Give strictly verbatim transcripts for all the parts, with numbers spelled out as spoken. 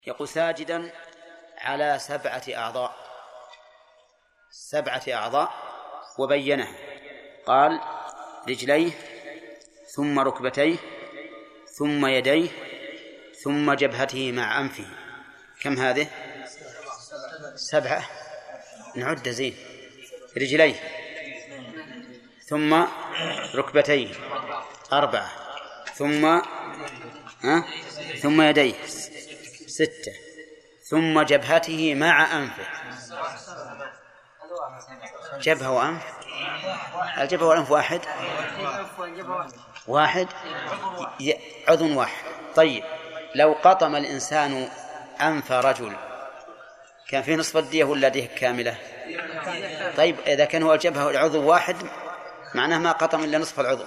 يقول ساجدا على سبعة أعضاء، سبعة أعضاء وبينها، قال رجليه ثم ركبتيه ثم يديه ثم جبهته مع أنفه. كم هذه؟ سبعة. نعد زين. رجليه ثم ركبتيه أربعة ثم ها ثم يديه ستة ثم جبهته مع أنفه. جبهة وأنف، الجبهة والأنف واحد واحد عضو واحد. طيب لو قطم الإنسان أنف رجل كان فيه نصف الدية ولا ديه كاملة؟ طيب إذا كان هو الجبهة والعضو واحد معناه ما قطم إلا نصف العضو.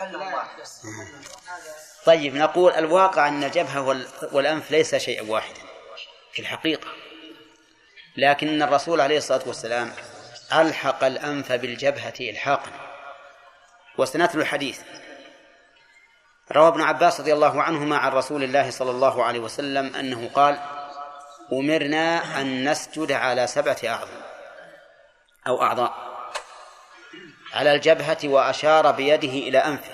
طيب نقول الواقع أن الجبهة والأنف ليس شيئا واحدا في الحقيقة، لكن الرسول عليه الصلاة والسلام ألحق الأنف بالجبهة إلحاقا. وسنتلو الحديث. روى ابن عباس رضي الله عنهما عن رسول الله صلى الله عليه وسلم أنه قال: أمرنا أن نسجد على سبعة أعضاء أو أعضاء على الجبهة، وأشار بيده إلى أنفه.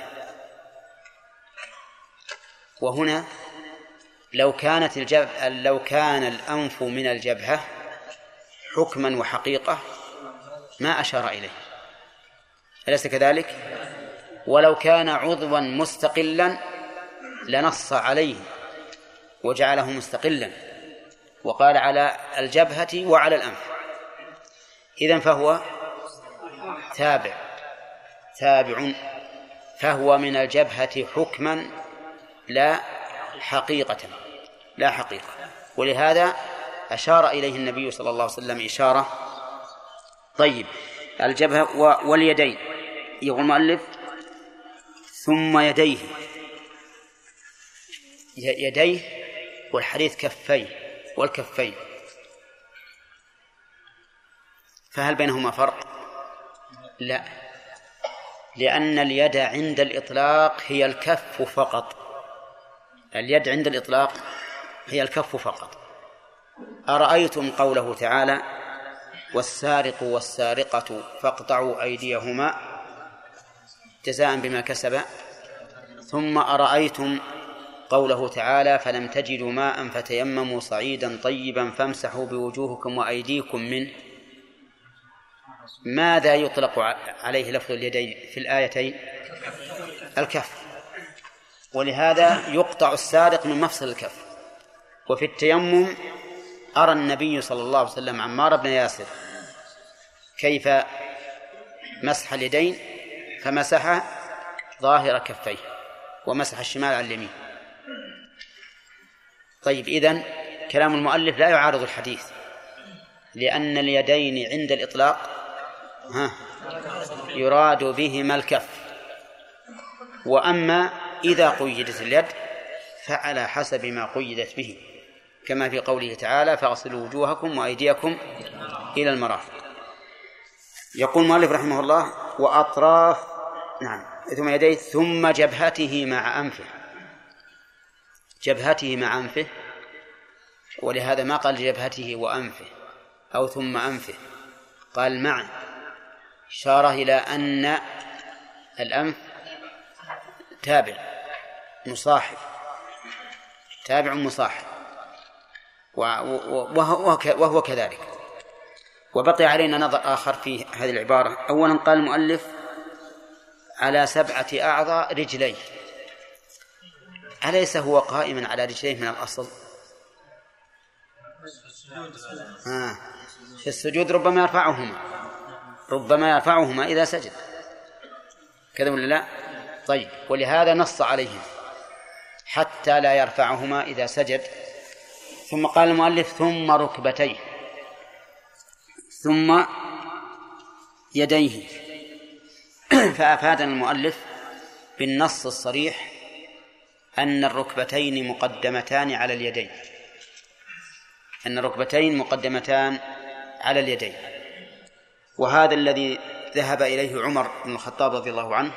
وهنا لو كانت الجبهة لو كان الأنف من الجبهة حكما وحقيقة ما أشار إليه، أليس كذلك؟ ولو كان عضوا مستقلا لنص عليه وجعله مستقلا وقال على الجبهة وعلى الأنف. إذن فهو تابع تابع فهو من الجبهة حكما لا حقيقة لا حقيقة ولهذا أشار إليه النبي صلى الله عليه وسلم إشارة. طيب الجبهة واليدين، يقول المؤلف ثم يديه. يديه والحديث كفيه والكفين، فهل بينهما فرق؟ لا، لأن اليد عند الإطلاق هي الكف فقط. اليد عند الإطلاق هي الكف فقط. أرأيتم قوله تعالى: والسارق والسارقة فاقطعوا أيديهما جزاء بما كسبا. ثم أرأيتم قوله تعالى: فلم تجدوا ماء فتيمموا صعيدا طيبا فامسحوا بوجوهكم وأيديكم منه. ماذا يطلق عليه لفظ اليدين في الآيتين؟ الكف، ولهذا يقطع السارق من مفصل الكف. وفي التيمم أرى النبي صلى الله عليه وسلم عمار بن ياسر كيف مسح اليدين، فمسح ظاهر كفيه ومسح الشمال على اليمين. طيب إذن كلام المؤلف لا يعارض الحديث، لأن اليدين عند الإطلاق ها يراد بهما الكف، وأما إذا قيدت اليد فعلى حسب ما قيدت به، كما في قوله تعالى: فاغسلوا وجوهكم وأيديكم إلى المرافق. يقول المؤلف رحمه الله: وأطراف نعم ثم يديه ثم جبهته مع أنفه. جبهته مع أنفه، ولهذا ما قال جبهته وأنفه أو ثم أنفه، قال معا، إشارة إلى أن الأنف تابع مصاحب تابع مصاحب وهو كذلك. وبقي علينا نظر آخر في هذه العبارة. أولا قال المؤلف على سبعة أعضاء رجليه، أليس هو قائما على رجليه من الأصل؟ آه. في السجود ربما يرفعهما ربما يرفعهما إذا سجد، كذا ولا لا؟ طيب ولهذا نص عليهم حتى لا يرفعهما إذا سجد. ثم قال المؤلف ثم ركبتيه ثم يديه. فأفادنا المؤلف بالنص الصريح أن الركبتين مقدمتان على اليدين أن الركبتين مقدمتان على اليدين وهذا الذي ذهب إليه عمر بن الخطاب رضي الله عنه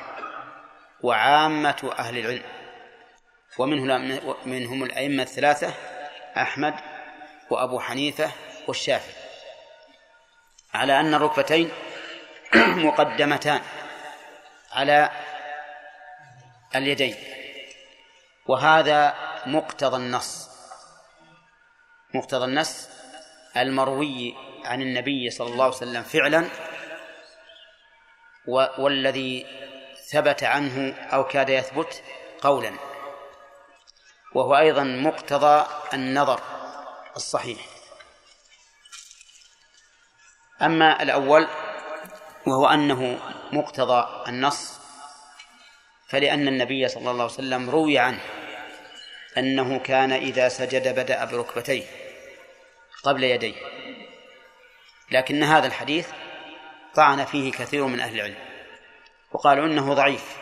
وعامة أهل العلم، ومنهم الأئمة الثلاثة: أحمد وأبو حنيفة والشافعي على أن الركبتين مقدمتان على اليدين، وهذا مقتضى النص مقتضى النص المروي عن النبي صلى الله عليه وسلم فعلا، والذي ثبت عنه أو كاد يثبت قولا، وهو أيضا مقتضى النظر الصحيح. أما الأول وهو أنه مقتضى النص، فلأن النبي صلى الله عليه وسلم روي عنه أنه كان إذا سجد بدأ بركبتيه قبل يديه، لكن هذا الحديث طعن فيه كثير من أهل العلم وقالوا إنه ضعيف.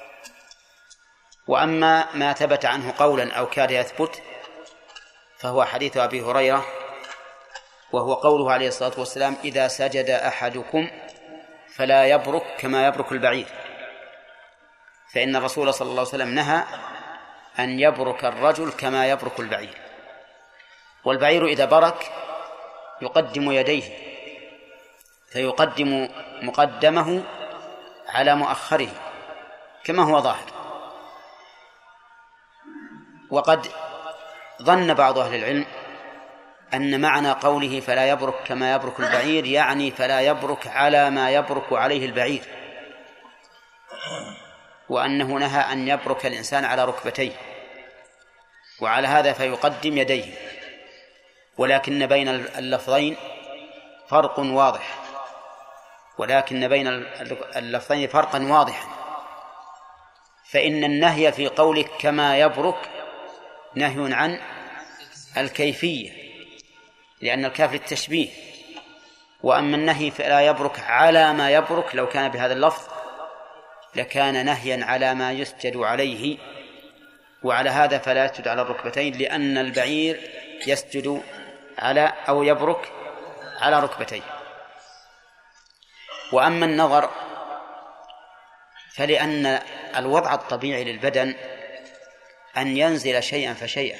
وأما ما ثبت عنه قولا أو كاد يثبت فهو حديث أبي هريرة، وهو قوله عليه الصلاة والسلام: إذا سجد أحدكم فلا يبرك كما يبرك البعير، فإن الرسول صلى الله عليه وسلم نهى أن يبرك الرجل كما يبرك البعير، والبعير إذا برك يقدم يديه، فيقدم مقدمه على مؤخره كما هو ظاهر. وقد ظن بعض أهل العلم أن معنى قوله فلا يبرك كما يبرك البعير يعني فلا يبرك على ما يبرك عليه البعير، وأنه نهى أن يبرك الإنسان على ركبتيه، وعلى هذا فيقدم يديه. ولكن بين اللفظين فرق واضح ولكن بين اللفظين فرقا واضحا فإن النهي في قولك كما يبرك نهي عن الكيفية، لأن الكاف للتشبيه، وأما النهي فلا يبرك على ما يبرك لو كان بهذا اللفظ لكان نهيا على ما يسجد عليه، وعلى هذا فلا يسجد على الركبتين، لأن البعير يسجد على أو يبرك على ركبتين. وأما النظر فلأن الوضع الطبيعي للبدن أن ينزل شيئا فشيئا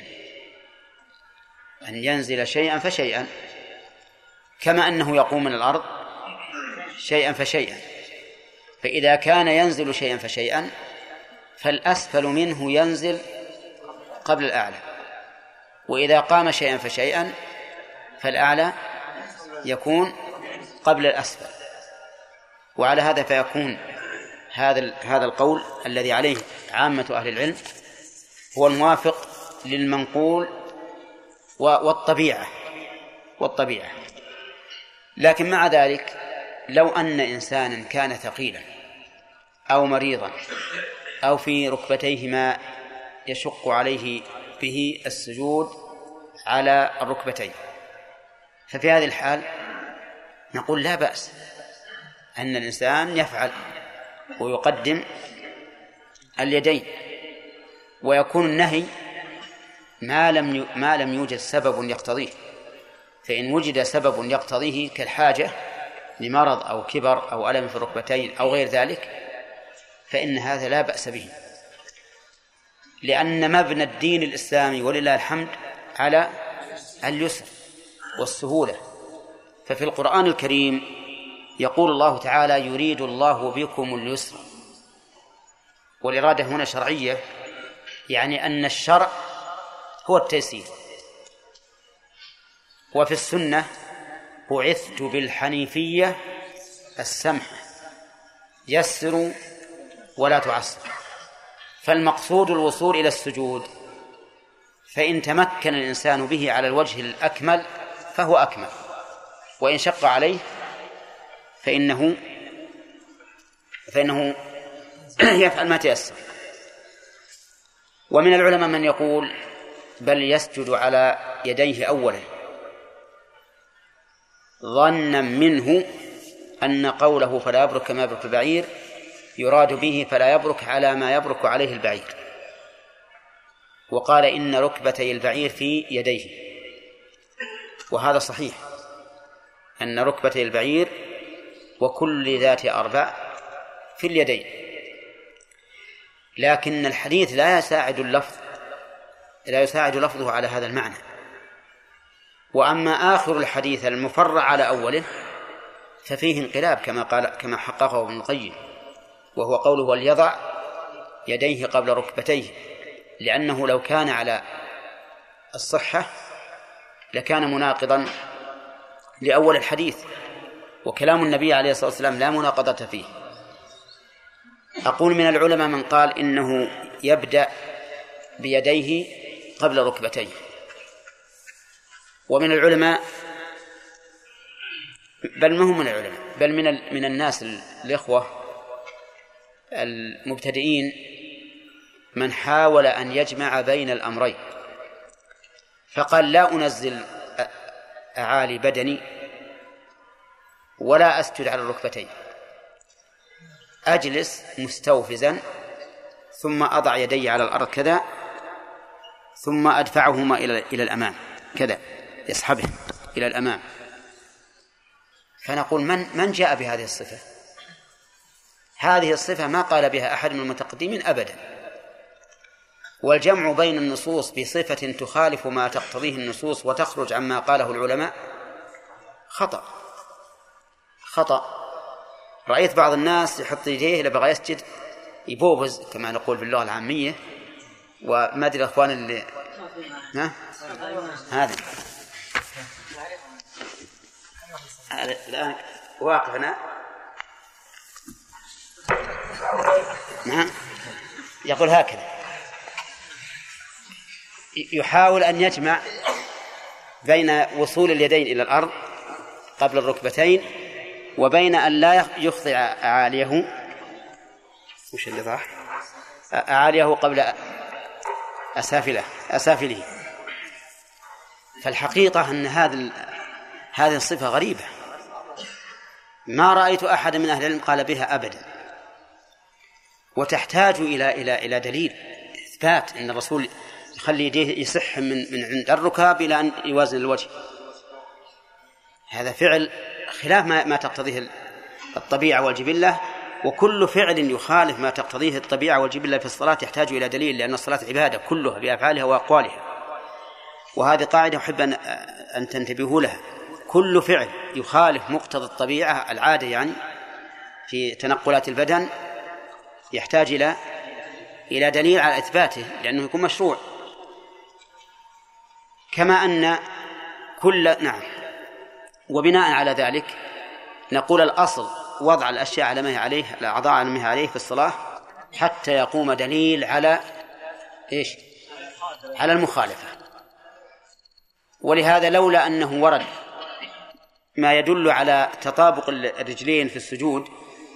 أن ينزل شيئا فشيئا كما أنه يقوم من الأرض شيئا فشيئا، فإذا كان ينزل شيئا فشيئا فالأسفل منه ينزل قبل الأعلى، وإذا قام شيئا فشيئا فالأعلى يكون قبل الأسفل. وعلى هذا فيكون هذا هذا القول الذي عليه عامة أهل العلم هو الموافق للمنقول والطبيعة والطبيعة لكن مع ذلك لو أن إنسانا كان ثقيلا أو مريضا أو في ركبتيه ما يشق عليه به السجود على الركبتين، ففي هذه الحال نقول لا بأس أن الإنسان يفعل ويقدم اليدين، ويكون النهي ما لم ما لم يوجد سبب يقتضيه، فإن وجد سبب يقتضيه كالحاجة لمرض أو كبر أو ألم في الركبتين أو غير ذلك فإن هذا لا بأس به، لأن مبنى الدين الإسلامي ولله الحمد على اليسر والسهولة. ففي القرآن الكريم يقول الله تعالى: يريد الله بكم اليسر، والإرادة هنا شرعية، يعني أن الشرع هو التيسير. وفي السنة: بعثت بالحنيفية السمحة يسروا ولا تعسر. فالمقصود الوصول إلى السجود، فإن تمكن الإنسان به على الوجه الأكمل فهو أكمل، وإن شق عليه فإنه فإنه يفعل ما تيسر. ومن العلماء من يقول بل يسجد على يديه أولا ظنا منه أن قوله فلا يبرك كما يبرك البعير يراد به فلا يبرك على ما يبرك عليه البعير، وقال إن ركبتي البعير في يديه، وهذا صحيح أن ركبتي البعير وكل ذات أربع في اليدين، لكن الحديث لا يساعد اللفظ لا يساعد لفظه على هذا المعنى، وأما آخر الحديث المفرع على أوله ففيه انقلاب كما قال كما حققه ابن القيم، وهو قوله وليضع يديه قبل ركبتيه، لأنه لو كان على الصحة لكان مناقضا لأول الحديث، وكلام النبي عليه الصلاة والسلام لا مناقضة فيه. أقول من العلماء من قال إنه يبدأ بيديه قبل ركبتيه، ومن العلماء بل ما هم من العلماء بل من من الناس الإخوة المبتدئين من حاول أن يجمع بين الأمرين، فقال لا أنزل أعالي بدني ولا أسجد على الركبتين، أجلس مستوفزا ثم أضع يدي على الأرض كذا ثم أدفعهما إلى إلى الأمام كذا، يسحبه إلى الأمام. فنقول من من جاء بهذه الصفة؟ هذه الصفة ما قال بها أحد من المتقدمين أبدا. والجمع بين النصوص بصفة تخالف ما تقتضيه النصوص وتخرج عما قاله العلماء خطأ خطأ. رأيت بعض الناس يحط يديه إذا بغى يسجد يبوبز كما نقول باللغة العامية، وما أدري الأخوان اللي ها هذا الآن واقف هنا نعم يقول هكذا، يحاول أن يجمع بين وصول اليدين إلى الأرض قبل الركبتين وبين أن لا يخضع أعاليه وش اللي ضاح أعاليه قبل أسافله أسافله. فالحقيقة أن هذه هذه الصفة غريبة، ما رأيت أحد من أهل العلم قال بها أبدا، وتحتاج إلى إلى إلى دليل إثبات أن الرسول يخلي يديه يصح من من عند الركاب إلى أن يوازن الوجه. هذا فعل خلاف ما ما تقتضيه الطبيعة والجبلة، وكل فعل يخالف ما تقتضيه الطبيعة والجبلة في الصلاة يحتاج إلى دليل، لأن الصلاة عبادة كلها بأفعالها وأقوالها. وهذه قاعدة أحب أن أن تنتبهوا لها، كل فعل يخالف مقتضى الطبيعة العادة يعني في تنقلات البدن يحتاج إلى إلى دليل على إثباته لأنه يكون مشروع. كما أن كل نعم وبناء على ذلك نقول الأصل وضع الأشياء على ما هي عليه الأعضاء على ما هي عليه في الصلاة حتى يقوم دليل على إيش على المخالفة. ولهذا لولا أنه ورد ما يدل على تطابق الرجلين في السجود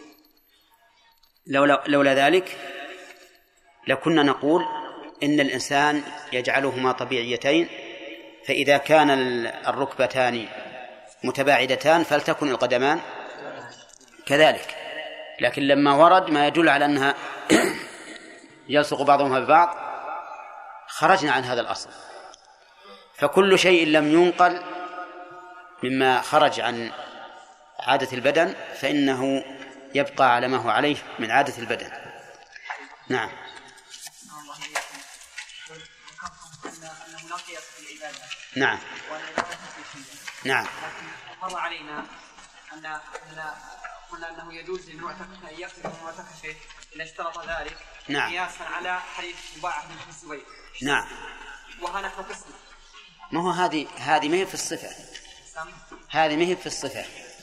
لولا, لولا ذلك لكنا نقول إن الإنسان يجعلهما طبيعيتين، فإذا كان الركبتان متباعدتان فلتكن القدمان كذلك. لكن لما ورد ما يدل على أنها يلصق بعضهما ببعض خرجنا عن هذا الأصل. فكل شيء لم ينقل مما خرج عن عادة البدن فإنه يبقى على ما هو عليه من عادة البدن. نعم. نعم. نعم. مر علينا أن قلنا أنه يجوز للمعتكف أن يقصد من معتكفه إذا اشترط ذلك. نعم. قياسا على حديث مباعث بن الزبير. نعم. وهنا قسم. ما هو هذه هذه ما هي في الصفة، هذه ما هي في الصفة،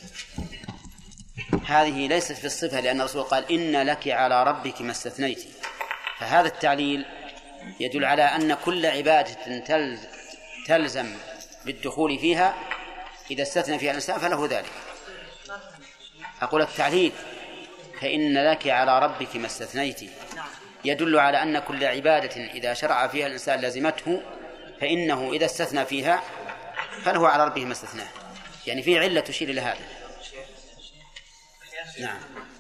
هذه ليست في الصفة، لأن الرسول قال إن لك على ربك ما استثنيت. فهذا التعليل يدل على أن كل عبادة تلزم بالدخول فيها إذا استثنى فيها الإنسان فله ذلك. أقول التعليل فإن لك على ربك ما استثنيت يدل على أن كل عبادة إذا شرع فيها الإنسان لازمته، فإنه إذا استثنى فيها فله على ربه ما استثناه، يعني في علة تشير إلى هذا. نعم.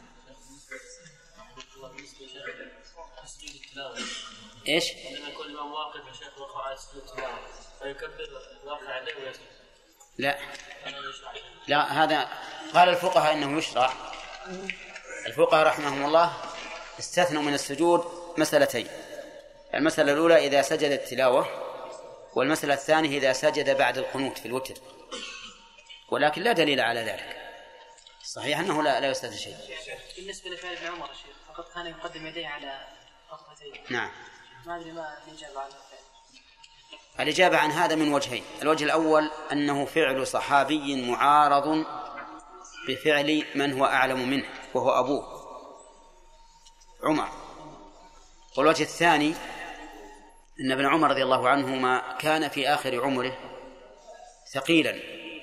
إيش؟ لما يكون الإمام واقف يا شيخ وقع على سجود التلاوة فيكبر واقع عليه ويسجد. لا لا هذا قال الفقهاء إنه يشرع. الفقهاء رحمهم الله استثنوا من السجود مسألتين. المسألة الأولى إذا سجد التلاوة والمسألة الثانية إذا سجد بعد القنوت في الوتر، ولكن لا دليل على ذلك. صحيح أنه لا لا يستدل شيء. بالنسبة لفعل ابن عمر الشيخ فقد كان يقدم يديه على ركبتيه. نعم. ما أدري ما الإجابة عن هذا. الإجابة عن هذا من وجهين. الوجه الأول أنه فعل صحابي معارض بفعل من هو أعلم منه وهو أبوه عمر. والوجه الثاني أن ابن عمر رضي الله عنهما كان في آخر عمره ثقيلا،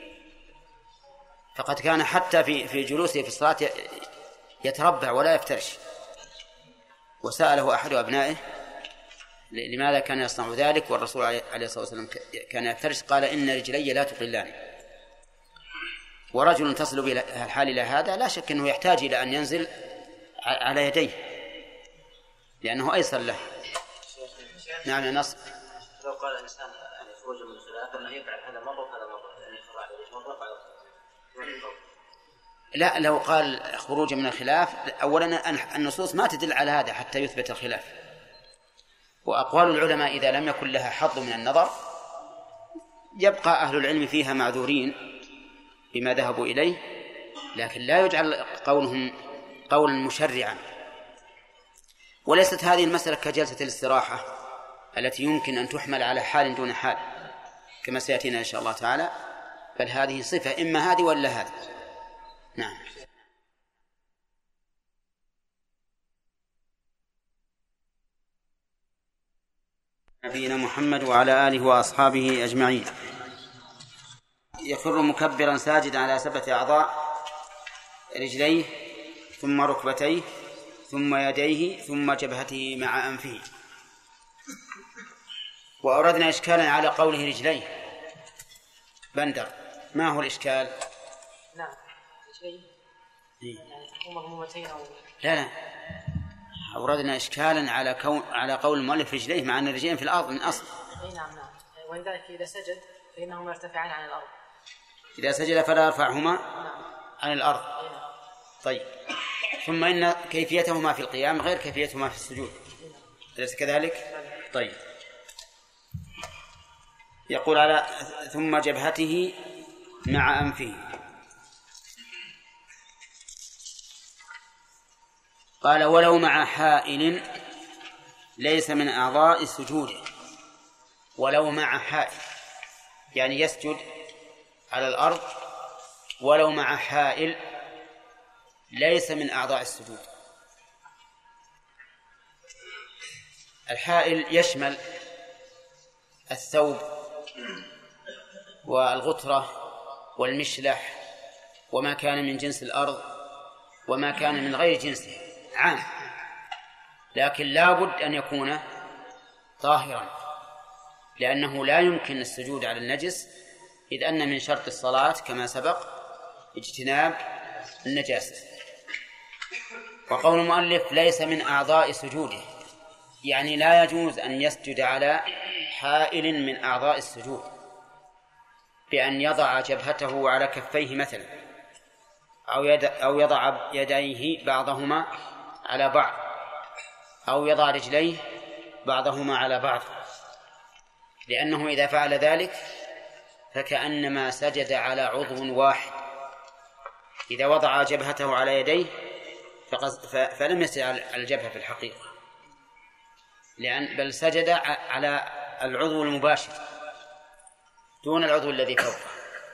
فقد كان حتى في في جلوسه في الصلاة يتربع ولا يفترش. وسأله أحد أبنائه لماذا كان يصنع ذلك والرسول عليه الصلاة والسلام كان يفترش؟ قال إن رجلي لا تقلان. ورجل تصل به الحال إلى هذا لا شك أنه يحتاج إلى أن ينزل على يديه لأنه أيسر له. نعم يا نصر. لو قال الإنسان يعني خروج من الخلاف أنه يفعل هذا مرة وهذا مرة يعني يخرج عليه مرة وعلى لا، لو قال خروج من الخلاف أولا النصوص ما تدل على هذا حتى يثبت الخلاف، وأقوال العلماء إذا لم يكن لها حظ من النظر يبقى أهل العلم فيها معذورين بما ذهبوا إليه، لكن لا يجعل قولهم قولا مشرعا. وليست هذه المسألة كجلسة الاستراحة التي يمكن أن تحمل على حال دون حال كما سيأتينا إن شاء الله تعالى، بل هذه صفة إما هذه ولا هذه. نعم. نبينا محمد وعلى آله وأصحابه أجمعين. يخر مكبرا ساجدا على سبعة أعضاء: رجليه ثم ركبتيه ثم يديه ثم جبهته مع أنفه. وأوردنا إشكالا على قوله رجليه. بندر، ما هو الإشكال؟ نعم رجليه يعني تكون مضمومتين أو لا لا أوردنا إشكالا على كون على قول المؤلف رجليه مع أن الرجلين في الأرض من أصل. نعم نعم. ولذلك إذا سجد فإنهما يرتفعان عن الأرض. إذا سجد فلا يرفعهما عن الأرض. طيب، ثم إن كيفيتهما في القيام غير كيفيتهما في السجود، أليس كذلك؟ طيب، يقول على ثم جبهته مع أنفه. قال ولو مع حائل ليس من أعضاء السجود. ولو مع حائل يعني يسجد على الأرض ولو مع حائل ليس من أعضاء السجود. الحائل يشمل الثوب والغترة والمشلح وما كان من جنس الأرض وما كان من غير جنسه، عام، لكن لا بد أن يكون طاهرا، لأنه لا يمكن السجود على النجس، إذ أن من شرط الصلاة كما سبق اجتناب النجاسة. وقول المؤلف ليس من أعضاء سجوده يعني لا يجوز أن يسجد على حائل من أعضاء السجود بأن يضع جبهته على كفيه مثلا، أو, يد أو يضع يديه بعضهما على بعض، أو يضع رجليه بعضهما على بعض، لأنه إذا فعل ذلك فكأنما سجد على عضو واحد. إذا وضع جبهته على يديه فلم يسجد على الجبهة في الحقيقة، لأن بل سجد على العضو المباشر دون العضو الذي فوقه.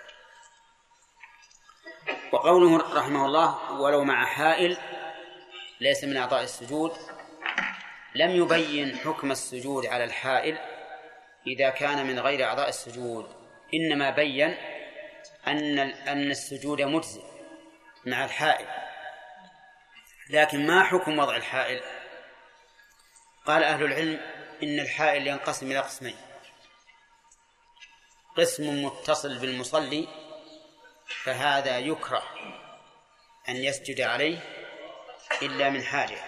وقوله رحمه الله ولو مع حائل ليس من أعضاء السجود لم يبين حكم السجود على الحائل إذا كان من غير أعضاء السجود، إنما بين أن أن السجود مجزئ مع الحائل. لكن ما حكم وضع الحائل؟ قال أهل العلم إن الحائل ينقسم إلى قسمين: قسم متصل بالمصلي فهذا يكره أن يسجد عليه إلا من حاجة،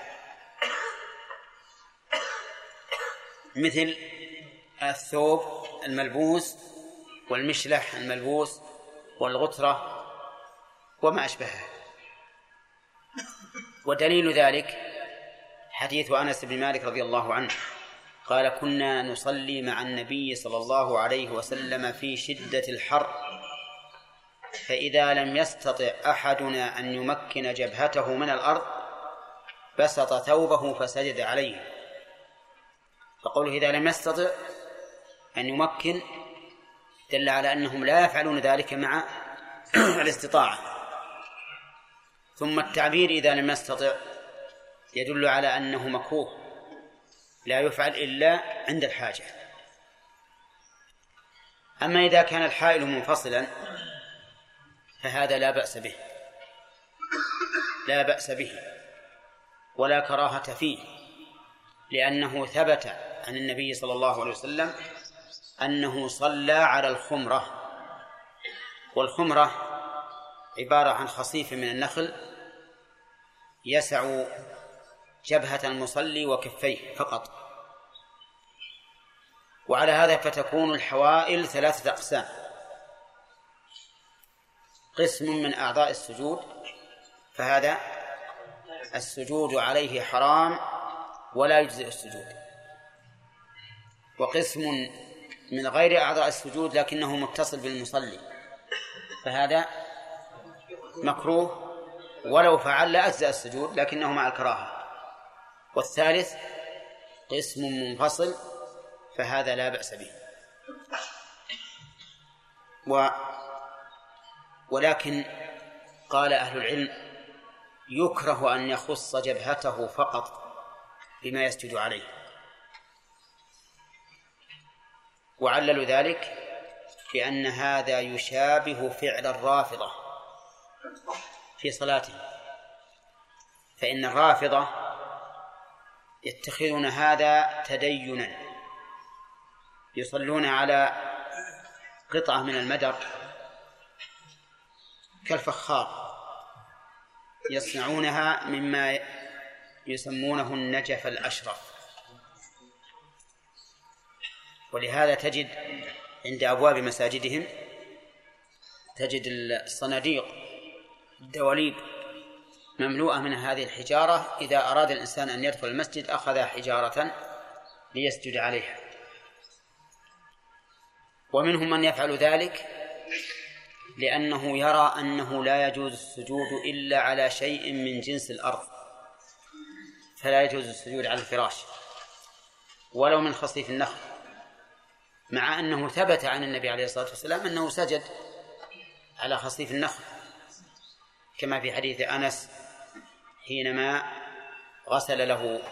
مثل الثوب الملبوس والمشلح الملبوس والغترة وما أشبهه. ودليل ذلك حديث أنس بن مالك رضي الله عنه قال كنا نصلي مع النبي صلى الله عليه وسلم في شدة الحر، فإذا لم يستطع أحدنا أن يمكن جبهته من الأرض بسط ثوبه فسجد عليه. فقوله إذا لم يستطع أن يمكن دل على أنهم لا يفعلون ذلك مع الاستطاعة. ثم التعبير إذا لم يستطع يدل على أنه مكروه لا يفعل إلا عند الحاجة. أما إذا كان الحائل منفصلا فهذا لا بأس به لا بأس به ولا كراهة فيه، لأنه ثبت عن النبي صلى الله عليه وسلم أنه صلى على الخمرة، والخمرة عبارة عن خصيف من النخل يسع جبهة المصلي وكفيه فقط. وعلى هذا فتكون الحوائل ثلاثة أقسام: قسم من أعضاء السجود فهذا السجود عليه حرام ولا يجزئ السجود، وقسم من غير أعضاء السجود لكنه متصل بالمصلي فهذا مكروه ولو فعل لا أجزأ السجود لكنه مع الكراهة، والثالث قسم منفصل فهذا لا بأس به. و ولكن قال أهل العلم يكره أن يخص جبهته فقط بما يسجد عليه، وعللوا ذلك بأن هذا يشابه فعل الرافضة في صلاته، فإن الرافضة يتخذون هذا تدينا، يصلون على قطعة من المدر كالفخار يصنعونها مما يسمونه النجف الأشرف، ولهذا تجد عند أبواب مساجدهم تجد الصناديق الدواليب مملوءة من هذه الحجارة، إذا أراد الإنسان أن يدخل المسجد أخذ حجارة ليسجد عليها. ومنهم من يفعل ذلك لأنه يرى أنه لا يجوز السجود إلا على شيء من جنس الأرض، فلا يجوز السجود على الفراش ولو من خصيف النخل، مع أنه ثبت عن النبي عليه الصلاة والسلام أنه سجد على خصيف النخل، كما في حديث أنس حينما غسل له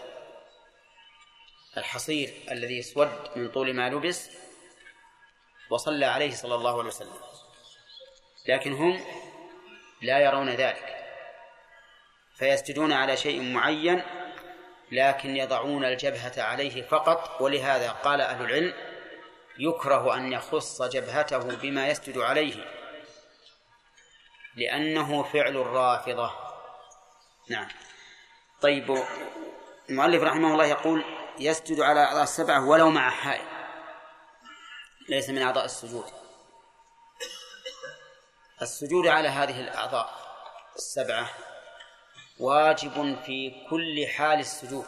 الحصير الذي يسود من طول ما لبس وصلى عليه صلى الله عليه وسلم. لكن هم لا يرون ذلك فيسجدون على شيء معين لكن يضعون الجبهة عليه فقط. ولهذا قال أهل العلم يكره أن يخص جبهته بما يسجد عليه لأنه فعل الرافضة. نعم. طيب، المؤلف رحمه الله يقول يسجد على أعضاء السبعة ولو مع حائل ليس من أعضاء السجود. السجود على هذه الأعضاء السبعة واجب في كل حال السجود،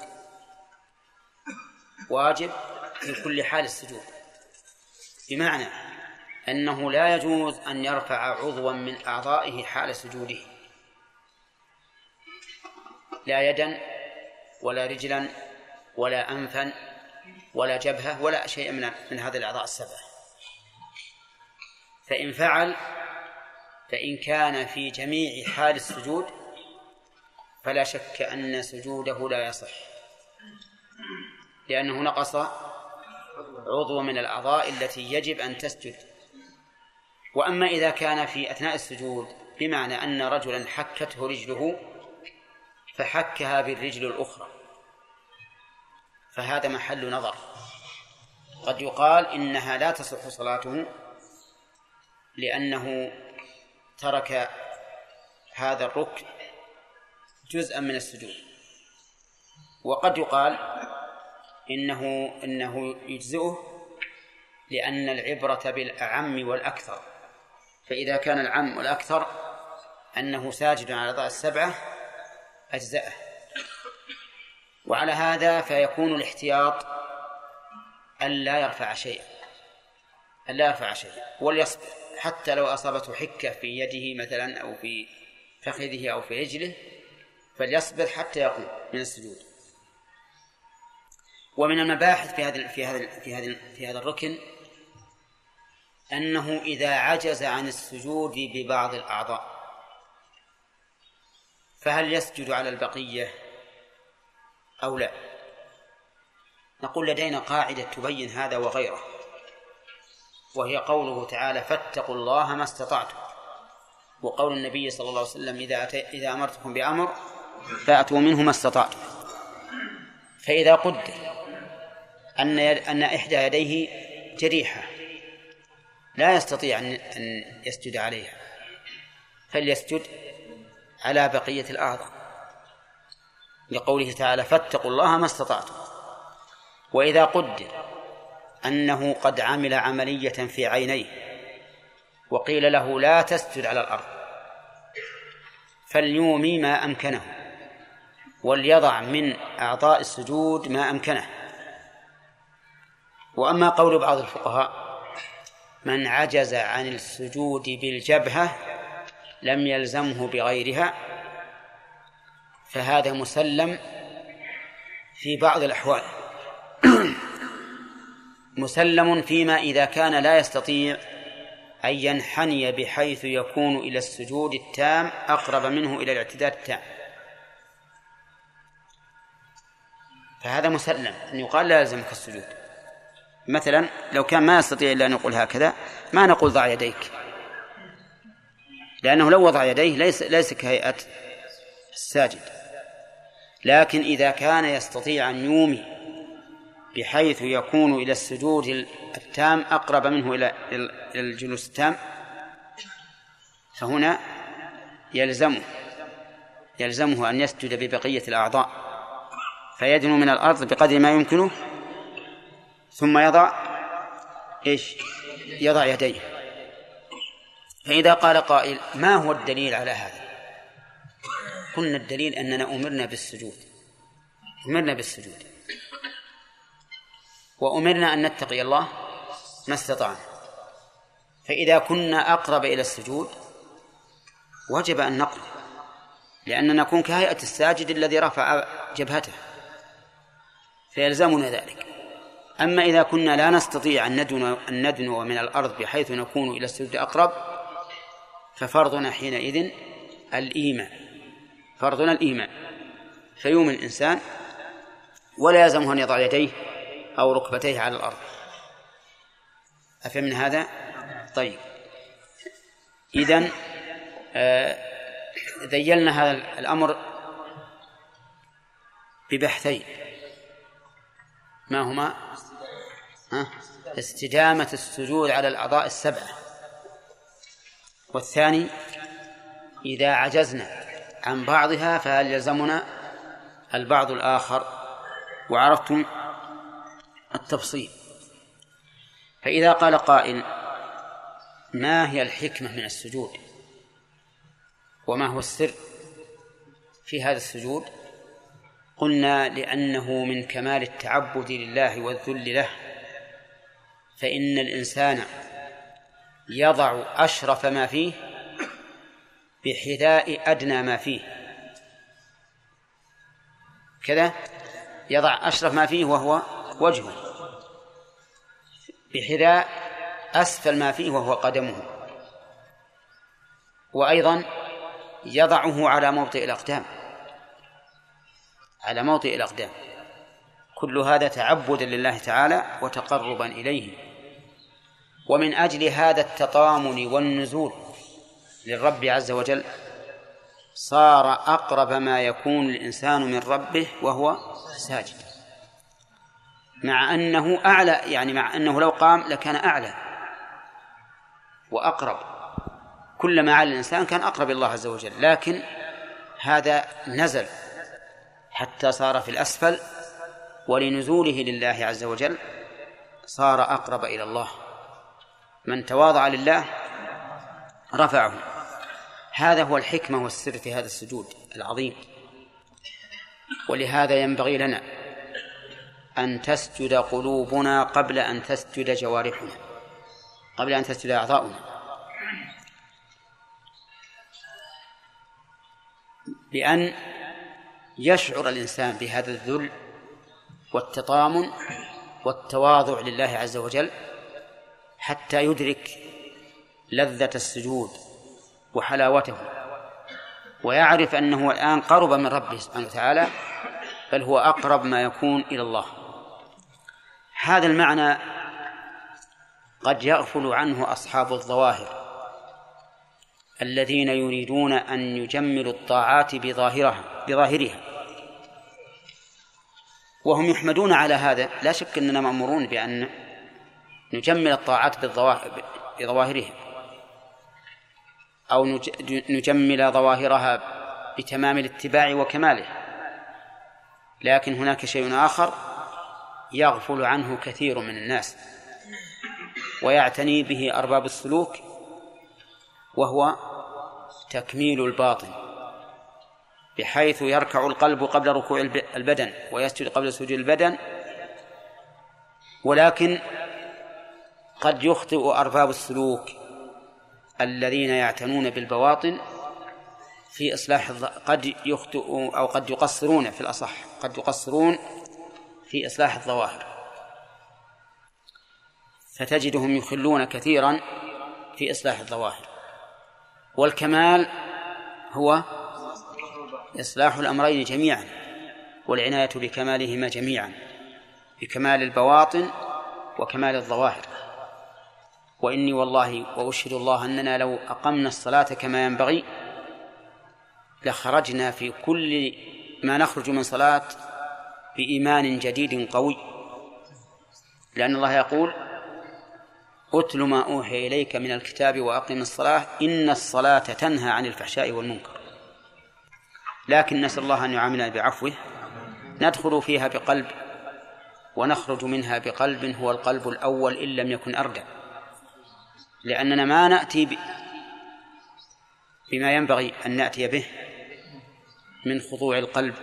واجب في كل حال السجود، بمعنى أنه لا يجوز أن يرفع عضوا من أعضائه حال سجوده، لا يدا ولا رجلا ولا أنفا ولا جبهة ولا شيء من من هذه الأعضاء السبعة. فإن فعل فإن كان في جميع حال السجود فلا شك أن سجوده لا يصح، لأنه نقص عضو من الأعضاء التي يجب أن تسجد. وأما إذا كان في أثناء السجود بمعنى أن رجلا حكته رجله فحكها بالرجل الأخرى فهذا محل نظر، قد يقال إنها لا تصح صلاته لأنه ترك هذا الركن جزءا من السجود، وقد يقال إنه إنه يجزئه لأن العبرة بالأعم والأكثر، فإذا كان العم والأكثر أنه ساجد على الأعضاء السبعة أجزأه. وعلى هذا فيكون الاحتياط ألا يرفع شيئا ألا يرفع شيئا وليصبر حتى لو أصابته حكة في يده مثلا أو في فخذه أو في رجله فليصبر حتى يقوم من السجود. ومن المباحث في هذا في هذا في هذا في هذا الركن أنه إذا عجز عن السجود ببعض الأعضاء فهل يسجد على البقية أو لا؟ نقول لدينا قاعدة تبين هذا وغيره، وهي قوله تعالى فاتقوا الله ما استطعتم، وقول النبي صلى الله عليه وسلم إذا, إذا أمرتكم بأمر فأتوا منه ما استطعتم. فإذا قدر أن, أن إحدى يديه جريحة لا يستطيع أن يسجد عليها فليسجد على بقية الأعضاء لقوله تعالى فاتقوا الله ما استطعتم. وإذا قدر أنه قد عمل عملية في عينيه وقيل له لا تسجد على الأرض فليومي ما أمكنه وليضع من أعضاء السجود ما أمكنه. وأما قول بعض الفقهاء من عجز عن السجود بالجبهة لم يلزمه بغيرها فهذا مسلم في بعض الأحوال مسلم فيما إذا كان لا يستطيع أن ينحني بحيث يكون إلى السجود التام أقرب منه إلى الاعتدال التام، فهذا مسلم أن يقال لا يلزمك السجود. مثلا لو كان ما يستطيع إلا أن يقول هكذا ما نقول ضع يديك، لأنه لو وضع يديه ليس, ليس كهيئة الساجد. لكن إذا كان يستطيع أن يومي بحيث يكون إلى السجود التام أقرب منه إلى الجلوس التام فهنا يلزمه يلزمه أن يسجد ببقية الأعضاء فيدنو من الأرض بقدر ما يمكنه ثم يضع إيش يضع يديه. فإذا قال قائل ما هو الدليل على هذا؟ قلنا الدليل أننا أمرنا بالسجود أمرنا بالسجود وأمرنا أن نتقي الله ما استطعنا، فإذا كنا أقرب إلى السجود وجب أن نقرب لأننا نكون كهيئة الساجد الذي رفع جبهته فيلزمنا ذلك. أما إذا كنا لا نستطيع أن ندنو, أن ندنو من الأرض بحيث نكون إلى السجود أقرب ففرضنا حينئذ الإيمان فرضنا الإيمان فيؤمن الإنسان ولا يلزمه أن يضع يديه أو ركبتيه على الأرض. أفهم من هذا؟ طيب إذن آه ذيلنا هذا الأمر ببحثين ما هما؟ ها؟ استدامة السجود على الأعضاء السبعة، والثاني إذا عجزنا عن بعضها فهل يلزمنا البعض الآخر، وعرفتم التفصيل. فإذا قال قائل ما هي الحكمة من السجود وما هو السر في هذا السجود؟ قلنا لأنه من كمال التعبد لله والذل له، فإن الإنسان يضع أشرف ما فيه بحذاء أدنى ما فيه، كذا يضع أشرف ما فيه وهو وجهه بحذاء أسفل ما فيه وهو قدمه، وأيضا يضعه على موطئ الأقدام على موطئ الأقدام كل هذا تعبدا لله تعالى وتقربا إليه. ومن أجل هذا التطامن والنزول للرب عز وجل صار أقرب ما يكون الإنسان من ربه وهو ساجد، مع أنه أعلى يعني مع أنه لو قام لكان أعلى وأقرب، كلما على الإنسان كان أقرب الله عز وجل، لكن هذا نزل حتى صار في الأسفل، ولنزوله لله عز وجل صار أقرب إلى الله. من تواضع لله رفعه. هذا هو الحكمة والسر في هذا السجود العظيم. ولهذا ينبغي لنا أن تسجد قلوبنا قبل أن تسجد جوارحنا، قبل أن تسجد أعضاؤنا، بأن يشعر الإنسان بهذا الذل والتطامن والتواضع لله عز وجل حتى يدرك لذة السجود وحلاوته، ويعرف أنه الآن قرب من ربه سبحانه وتعالى، بل هو أقرب ما يكون إلى الله. هذا المعنى قد يغفل عنه أصحاب الظواهر الذين يريدون أن يجملوا الطاعات بظاهرها بظاهرها وهم يحمدون على هذا. لا شك أننا مأمورون بأن نجمل الطاعات بظواهرها أو نجمل ظواهرها بتمام الاتباع وكماله، لكن هناك شيء آخر يغفل عنه كثير من الناس ويعتني به أرباب السلوك، وهو تكميل الباطن، بحيث يركع القلب قبل ركوع البدن ويسجد قبل سجود البدن، ولكن قد يخطئ أرباب السلوك الذين يعتنون بالبواطن في إصلاح الظ... قد يخطئوا أو قد يقصرون في الأصح قد يقصرون في إصلاح الظواهر، فتجدهم يخلون كثيرا في إصلاح الظواهر. والكمال هو إصلاح الأمرين جميعا والعناية بكمالهما جميعا، بكمال البواطن وكمال الظواهر. وإني والله وأشهد الله أننا لو أقمنا الصلاة كما ينبغي لخرجنا في كل ما نخرج من صلاة بإيمان جديد قوي، لأن الله يقول أتل ما أوحي إليك من الكتاب وأقم الصلاة إن الصلاة تنهى عن الفحشاء والمنكر. لكن نسأل الله أن يعاملنا بعفوه، ندخل فيها بقلب ونخرج منها بقلب هو القلب الأول إن لم يكن أردى، لأننا ما نأتي بما ينبغي أن نأتي به من خضوع القلب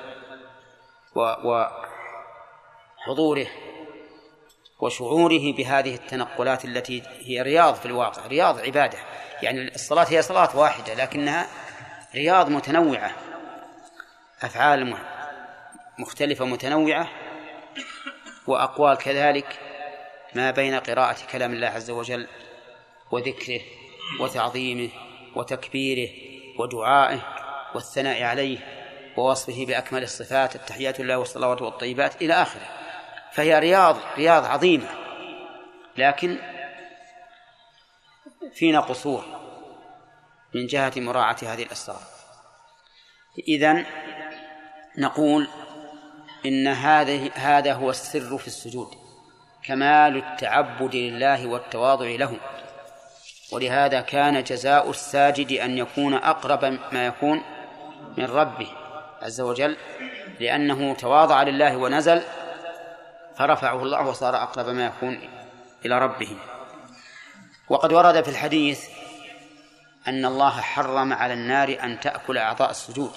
وحضوره وشعوره بهذه التنقلات التي هي رياض في الواقع، رياض عبادة. يعني الصلاة هي صلاة واحدة لكنها رياض متنوعة، أفعال مختلفة متنوعة، وأقوال كذلك، ما بين قراءة كلام الله عز وجل وذكره وتعظيمه وتكبيره ودعائه والثناء عليه ووصفه بأكمل الصفات، التحيات لله والصلوات والطيبات إلى آخره. فهي رياض رياض عظيمة، لكن فينا قصور من جهة مراعاة هذه الأسرار. إذن نقول إن هذا هذا هو السر في السجود، كمال التعبد لله والتواضع له. ولهذا كان جزاء الساجد أن يكون أقرب ما يكون من ربه عز وجل، لأنه تواضع لله ونزل فرفعه الله وصار أقرب ما يكون إلى ربه. وقد ورد في الحديث أن الله حرم على النار أن تأكل أعضاء السجود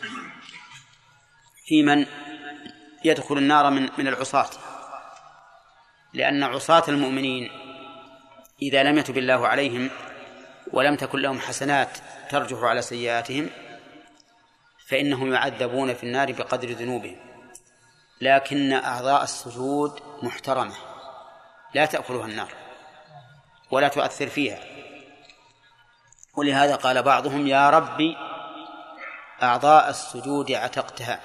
في من يدخل النار من من العصاة، لأن عصاة المؤمنين إذا لم يتب الله عليهم ولم تكن لهم حسنات ترجح على سيئاتهم فإنهم يعذبون في النار بقدر ذنوبهم، لكن أعضاء السجود محترمة لا تأكلها النار ولا تؤثر فيها. ولهذا قال بعضهم يا ربي أعضاء السجود عتقتها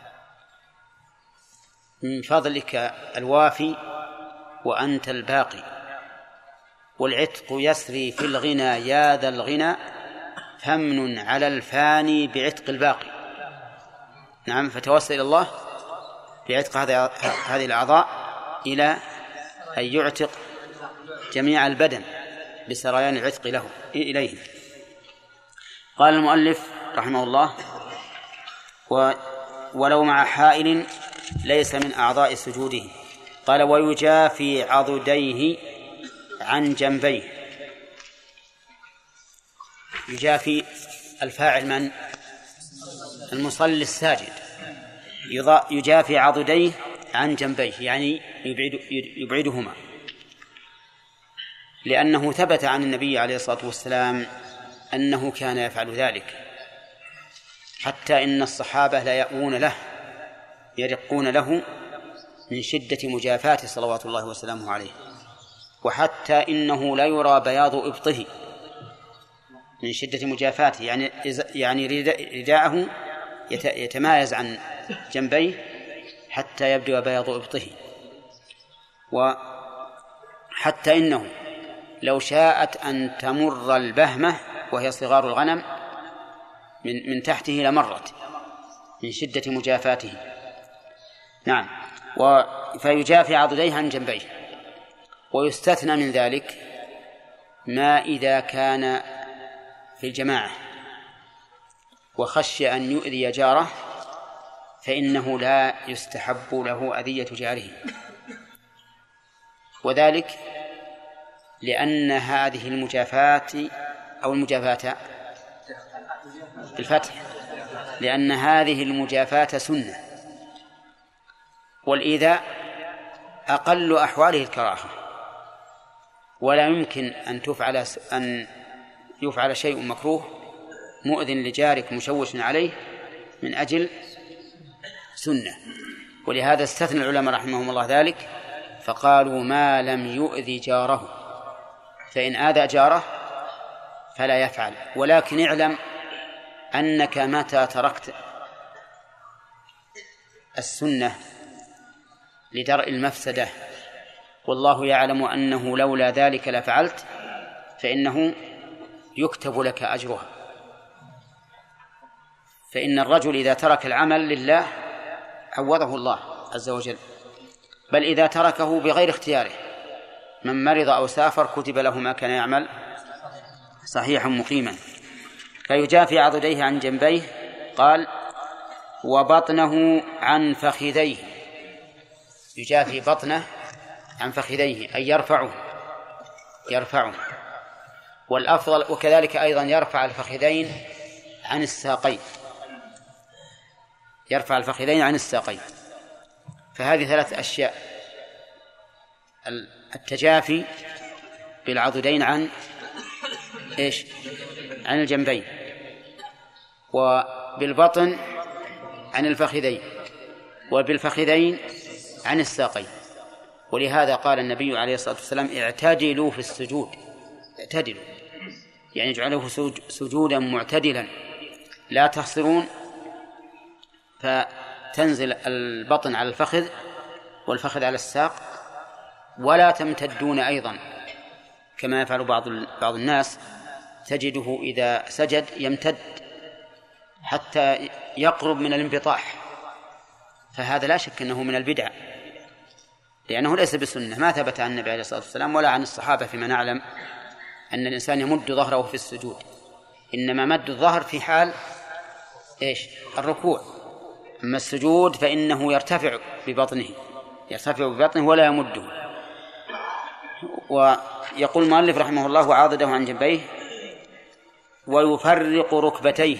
من فضلك الوافي وأنت الباقي، والعتق يسري في الغنى يا ذا الغنى فمن على الفاني بعتق الباقي. نعم، فتوسل إلى الله بعتق هذه الأعضاء إلى أن يعتق جميع البدن بسريان العتق له إليه. قال المؤلف رحمه الله ولو مع حائل ليس من أعضاء سجوده. قال ويجافي عضديه عن جنبيه. يجافي الفاعل من؟ المصلي الساجد. يجافي عضديه عن جنبيه يعني يبعد يبعدهما، لأنه ثبت عن النبي عليه الصلاة والسلام أنه كان يفعل ذلك، حتى إن الصحابة لا يأوون له يرقون له من شدة مجافاته صلوات الله وسلامه عليه، وحتى إنه لا يرى بياض إبطه من شدة مجافاته، يعني يعني رداءه يتمايز عن جنبيه حتى يبدو بياض إبطه، وحتى إنه لو شاءت أن تمر البهمة وهي صغار الغنم من من تحته لمرت من شدة مجافاته. نعم. فيجافي عضديه عن جنبيه. ويستثنى من ذلك ما إذا كان في الجماعة وخشي أن يؤذي جاره فإنه لا يستحب له أذية جاره، وذلك لأن هذه المجافاة أو المجافاة بالفتح لأن هذه المجافاة سنة، والإيذاء أقل أحواله الكراهة، ولا يمكن أن تفعل أن يفعل شيء مكروه مؤذن لجارك مشوش عليه من أجل سنة. ولهذا استثنى العلماء رحمهم الله ذلك فقالوا ما لم يؤذي جاره، فإن آذى جاره فلا يفعل. ولكن اعلم أنك متى تركت السنة لدرء المفسدة والله يعلم أنه لولا ذلك لفعلت فإنه يكتب لك أجرها. فإن الرجل إذا ترك العمل لله عوضه الله عز وجل، بل إذا تركه بغير اختياره، من مرض أو سافر كتب له ما كان يعمل صحيحا مقيما. فيجافي عضديه عن جنبيه، قال وبطنه عن فخذيه، يجافي بطنه عن فخذيه أي يرفعه يرفعه والأفضل وكذلك أيضا يرفع الفخذين عن الساقين يرفع الفخذين عن الساقين. فهذه ثلاث أشياء: التجافي بالعضدين عن إيش؟ عن الجنبين، وبالبطن عن الفخذين، وبالفخذين عن الساقين. ولهذا قال النبي عليه الصلاة والسلام اعتدلوا في السجود، اعتدلوا يعني اجعلوه سجودا معتدلا لا تخسرون، فتنزل البطن على الفخذ والفخذ على الساق، ولا تمتدون أيضا كما يفعل بعض بعض الناس، تجده إذا سجد يمتد حتى يقرب من الانبطاح، فهذا لا شك أنه من البدع، لأنه ليس بسنة، ما ثبت عن النبي عليه الصلاة والسلام ولا عن الصحابة فيما نعلم أن الإنسان يمد ظهره في السجود، إنما مد الظهر في حال إيش؟ الركوع. أما السجود فإنه يرتفع ببطنه يرتفع ببطنه ولا يمده. ويقول المؤلف رحمه الله وعاضده عن جنبيه ويفرق ركبتيه،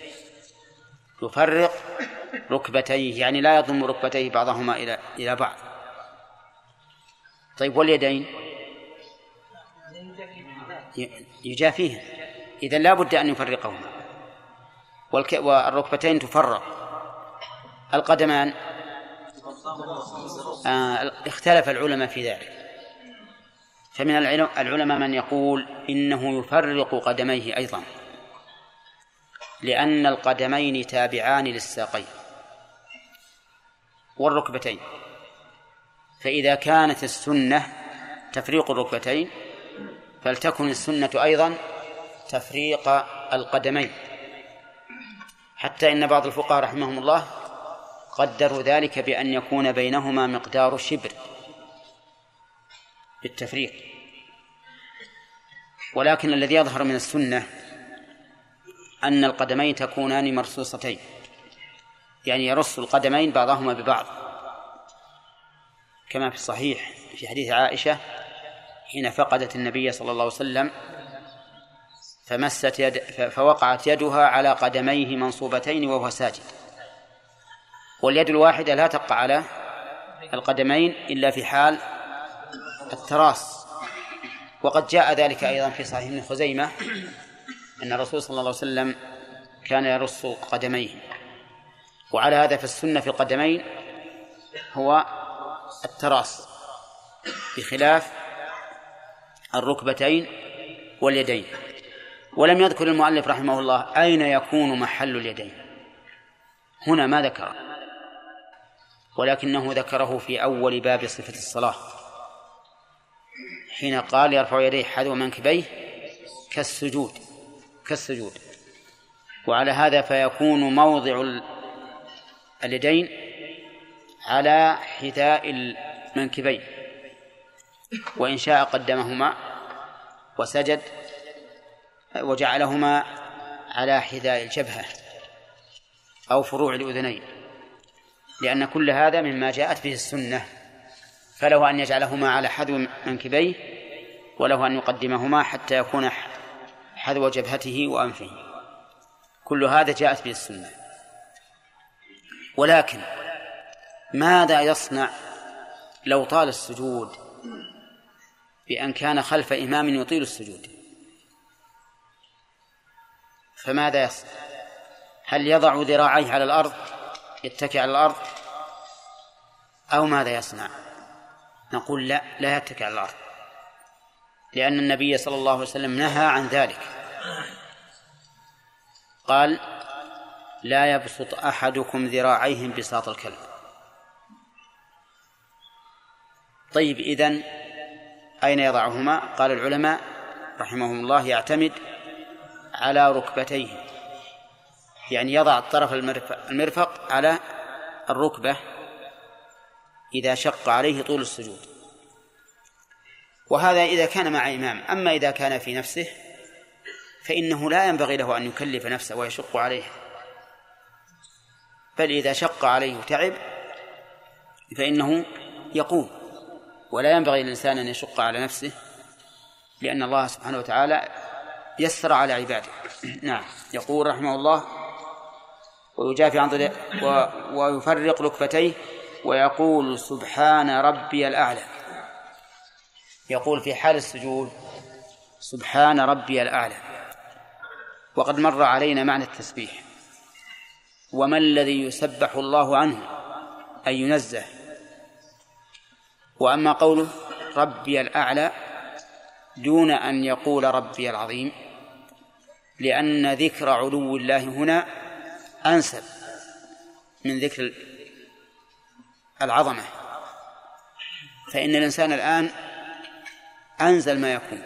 يفرق ركبتيه يعني لا يضم ركبتيه بعضهما إلى إلى بعض. طيب واليدين يجافيها، إذن لا بد أن يفرقهما. والركبتين تفرق. القدمان آه اختلف العلماء في ذلك، فمن العلماء من يقول إنه يفرق قدميه أيضا، لأن القدمين تابعان للساقين والركبتين، فإذا كانت السنة تفريق الركبتين فلتكن السنة أيضا تفريق القدمين، حتى إن بعض الفقهاء رحمهم الله قدروا ذلك بأن يكون بينهما مقدار شبر بالتفريق. ولكن الذي يظهر من السنة أن القدمين تكونان مرصوصتين، يعني يرص القدمين بعضهما ببعض، كما في الصحيح في حديث عائشة حين فقدت النبي صلى الله عليه وسلم فمست يد فوقعت يدها على قدميه منصوبتين وهو ساجد، واليد الواحدة لا تقع على القدمين إلا في حال التراص. وقد جاء ذلك أيضا في صحيح ابن خزيمة أن الرسول صلى الله عليه وسلم كان يرص قدميه. وعلى هذا فالسنة في القدمين هو التراص بخلاف الركبتين واليدين. ولم يذكر المؤلف رحمه الله أين يكون محل اليدين، هنا ما ذكره، ولكنه ذكره في أول باب صفة الصلاة حين قال يرفع يديه حذو منكبيه كالسجود كالسجود وعلى هذا فيكون موضع اليدين على حذاء المنكبين، وإن شاء قدمهما وسجد وجعلهما على حذاء الجبهة أو فروع الأذنين، لأن كل هذا مما جاءت به السنة، فله أن يجعلهما على حذو منكبيه وله أن يقدمهما حتى يكون حذو جبهته وأنفه، كل هذا جاءت به السنة. ولكن ماذا يصنع لو طال السجود بأن كان خلف إمام يطيل السجود؟ فماذا يصنع؟ هل يضع ذراعيه على الأرض يتكئ على الأرض أو ماذا يصنع؟ نقول لا، لا يتكئ على الأرض، لأن النبي صلى الله عليه وسلم نهى عن ذلك، قال لا يبسط أحدكم ذراعيه بساط الكلب. طيب إذن أين يضعهما؟ قال العلماء رحمهم الله يعتمد على ركبتيه، يعني يضع الطرف المرفق على الركبة إذا شق عليه طول السجود، وهذا إذا كان مع إمام. أما إذا كان في نفسه فإنه لا ينبغي له أن يكلف نفسه ويشق عليه، بل إذا شق عليه تعب فإنه يقوم، ولا ينبغي للإنسان أن يشق على نفسه، لأن الله سبحانه وتعالى يسر على عباده. نعم. يقول رحمه الله ويجافي عن ضد ويفرق ركبتيه ويقول سبحان ربي الأعلى. يقول في حال السجود سبحان ربي الأعلى. وقد مر علينا معنى التسبيح، وما الذي يسبح الله عنه أن ينزه. وأما قوله ربي الأعلى دون أن يقول ربي العظيم، لأن ذكر علو الله هنا أنسب من ذكر العظمة، فإن الإنسان الآن أنزل ما يكون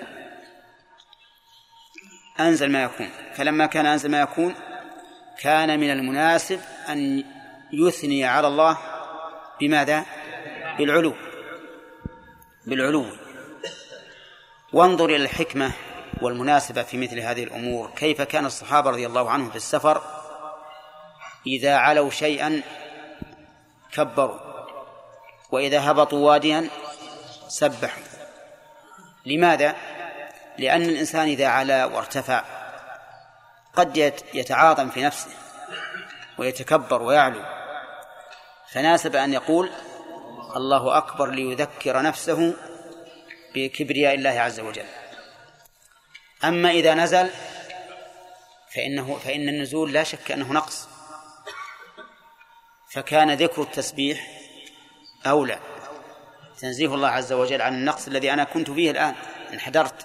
أنزل ما يكون فلما كان أنزل ما يكون كان من المناسب أن يثني على الله بماذا؟ بالعلو بالعلو وانظر إلى الحكمة والمناسبة في مثل هذه الأمور. كيف كان الصحابة رضي الله عنهم في السفر إذا علوا شيئا كبروا، وإذا هبطوا واديا سبحوا. لماذا؟ لأن الإنسان إذا علا وارتفع قد يتعاظم في نفسه ويتكبر ويعلو، فناسب أن يقول الله أكبر ليذكر نفسه بكبرياء الله عز وجل. أما إذا نزل فإنه فإن النزول لا شك أنه نقص، فكان ذكر التسبيح أولى، تنزيه الله عز وجل عن النقص الذي أنا كنت فيه الآن انحدرت.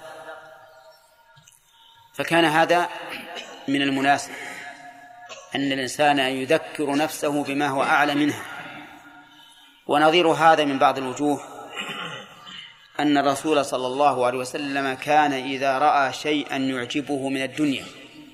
فكان هذا من المناسب أن الإنسان يذكر نفسه بما هو أعلى منها. ونظير هذا من بعض الوجوه أن الرسول صلى الله عليه وسلم كان إذا رأى شيئا يعجبه من الدنيا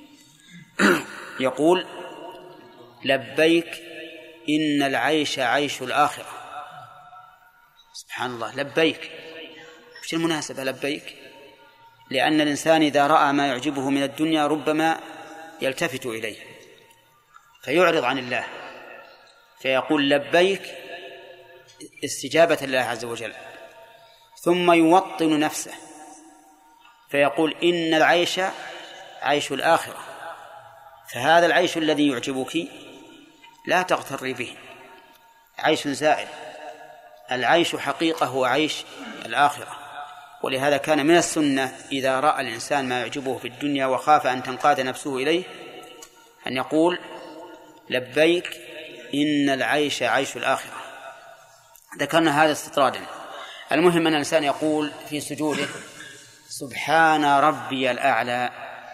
يقول لبيك إن العيش عيش الآخرة. سبحان الله، لبيك. وش المناسبة لبيك؟ لأن الإنسان إذا رأى ما يعجبه من الدنيا ربما يلتفت إليه فيعرض عن الله، فيقول لبيك استجابة لله عز وجل، ثم يوطن نفسه فيقول إن العيش عيش الآخرة. فهذا العيش الذي يعجبك لا تغتري به، عيش زائل، العيش حقيقة هو عيش الآخرة، ولهذا كان من السنة إذا رأى الإنسان ما يعجبه في الدنيا وخاف أن تنقاد نفسه إليه أن يقول لبيك إن العيش عيش الآخرة. ذكرنا هذا استطرادا. المهم أن الإنسان يقول في سجوده سبحان ربي الأعلى.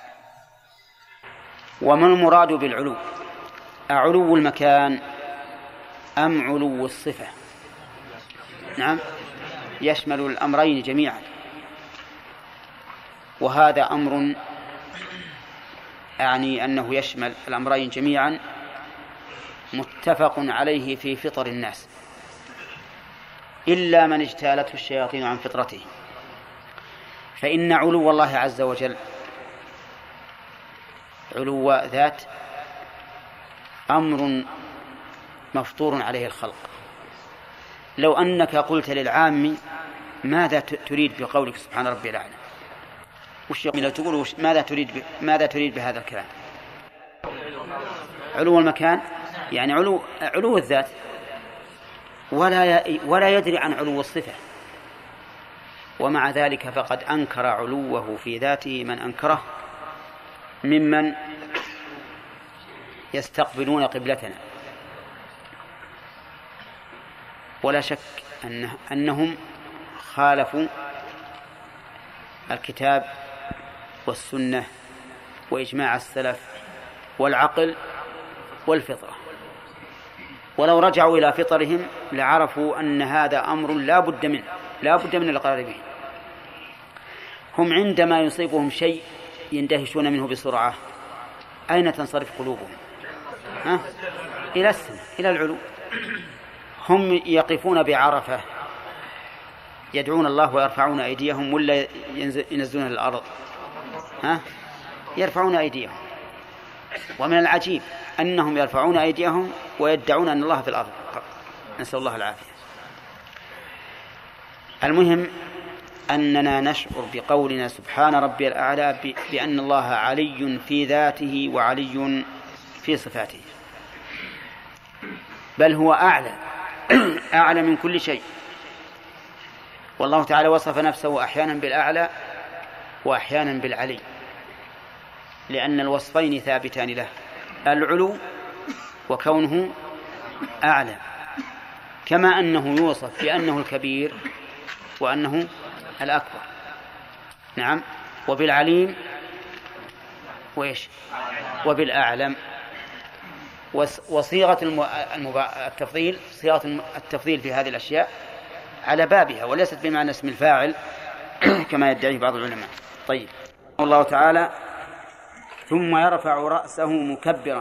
وما المراد بالعلو؟ أعلو المكان أم علو الصفة؟ نعم، يشمل الأمرين جميعا، وهذا أمر أعني أنه يشمل الأمرين جميعا متفق عليه في فطر الناس إلا من اجتالته الشياطين عن فطرته. فإن علو الله عز وجل علو ذات أمر مفطور عليه الخلق. لو أنك قلت للعام ماذا تريد بقولك سبحان ربي الأعلى، وش لو تقول ماذا تريد ماذا تريد بهذا الكلام؟ علو المكان يعني علو علو الذات، ولا ولا يدري عن علو الصفة. ومع ذلك فقد أنكر علوه في ذاته من أنكره ممن يستقبلون قبلتنا. ولا شك أنه أنهم خالفوا الكتاب والسنة وإجماع السلف والعقل والفطرة. ولو رجعوا إلى فطرهم لعرفوا أن هذا أمر لا بد منه لا بد من الإقرار به. هم عندما يصيبهم شيء يندهشون منه بسرعة، أين تنصرف قلوبهم؟ ها؟ إلى السماء، إلى العلو. هم يقفون بعرفة يدعون الله ويرفعون أيديهم، ولا ينزلون الأرض؟ ها؟ يرفعون أيديهم. ومن العجيب أنهم يرفعون أيديهم ويدعون أن الله في الأرض، نسأل الله العافية. المهم أننا نشعر بقولنا سبحان ربي الأعلى بأن الله علي في ذاته وعلي في صفاته، بل هو أعلى أعلى من كل شيء. والله تعالى وصف نفسه أحيانا بالأعلى وأحيانا بالعلي، لأن الوصفين ثابتان له، العلو وكونه أعلى، كما أنه يوصف بأنه الكبير وأنه الأكبر. نعم، وبالعليم وإيش وبالأعلم. وصيغة التفضيل صيغة التفضيل في هذه الأشياء على بابها، وليست بمعنى اسم الفاعل كما يدعيه بعض العلماء. طيب، الله تعالى ثم يرفع رأسه مكبرا.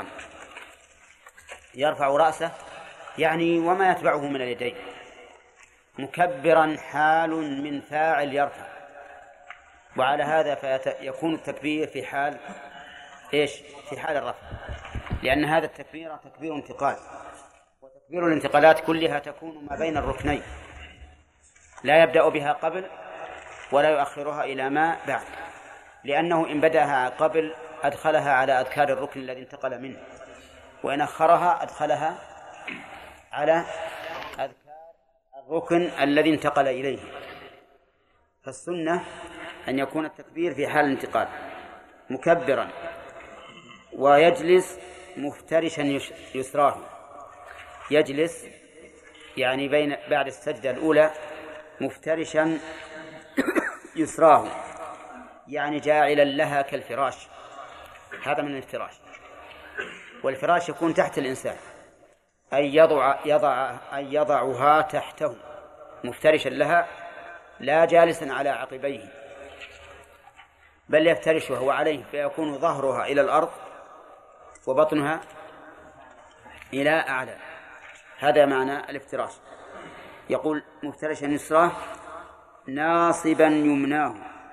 يرفع رأسه يعني وما يتبعه من اليدين، مكبرا حال من فاعل يرفع. وعلى هذا فيكون التكبير في حال إيش؟ في حال الرفع، لأن هذا التكبير تكبير انتقال، وتكبير الانتقالات كلها تكون ما بين الركنين، لا يبدأ بها قبل ولا يؤخرها إلى ما بعد، لأنه إن بدأها قبل أدخلها على أذكار الركن الذي انتقل منه، وإن أخرها أدخلها على أذكار الركن الذي انتقل إليه. فالسنة أن يكون التكبير في حال الانتقال مكبرا، ويجلس مفترشا يسراه. يجلس يعني بين بعد السجدة الأولى مفترشا يسراه، يعني جاعلا لها كالفراش. هذا من الافتراش، والفراش يكون تحت الإنسان، أي يضع, يضع أي يضعها تحته مفترشا لها، لا جالسا على عقبيه، بل يفترش وهو عليه، فيكون ظهرها إلى الأرض وبطنها إلى أعلى. هذا معنى الافتراش. يقول مفترشا يسراه ناصبا يمناه.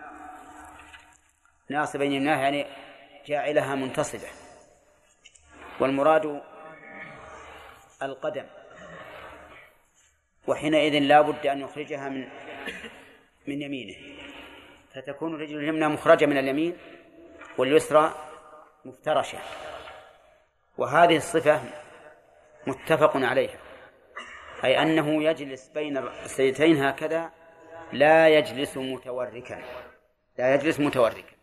ناصبا يمناه يعني جاعلها منتصبة، والمراد القدم، وحينئذ لا بد أن يخرجها من من يمينه، فتكون الرجل اليمنى مخرجة من اليمين واليسرى مفترشة. وهذه الصفة متفق عليها، أي أنه يجلس بين السجدتين هكذا، لا يجلس متوركا، لا يجلس متوركا.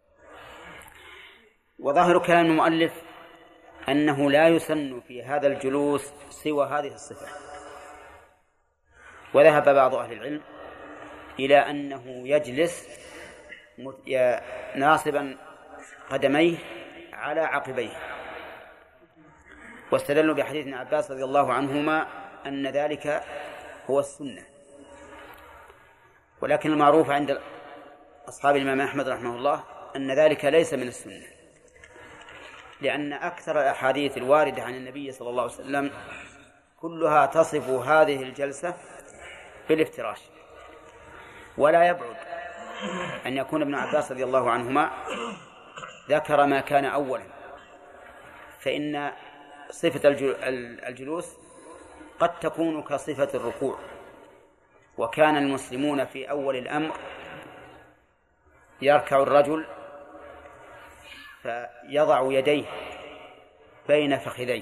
وظاهر كلام المؤلف أنه لا يسن في هذا الجلوس سوى هذه الصفة. وذهب بعض أهل العلم إلى أنه يجلس ناصبا قدميه على عقبيه، واستدلوا بحديث ابن عباس رضي الله عنهما أن ذلك هو السنة. ولكن المعروف عند أصحاب الإمام أحمد رحمه الله أن ذلك ليس من السنة، لأن أكثر الأحاديث الواردة عن النبي صلى الله عليه وسلم كلها تصف هذه الجلسة بالافتراش. ولا يبعد أن يكون ابن عباس رضي الله عنهما ذكر ما كان أولا، فإن صفة الجلوس قد تكون كصفة الركوع. وكان المسلمون في أول الأمر يركع الرجل فيضع يديه بين فخذيه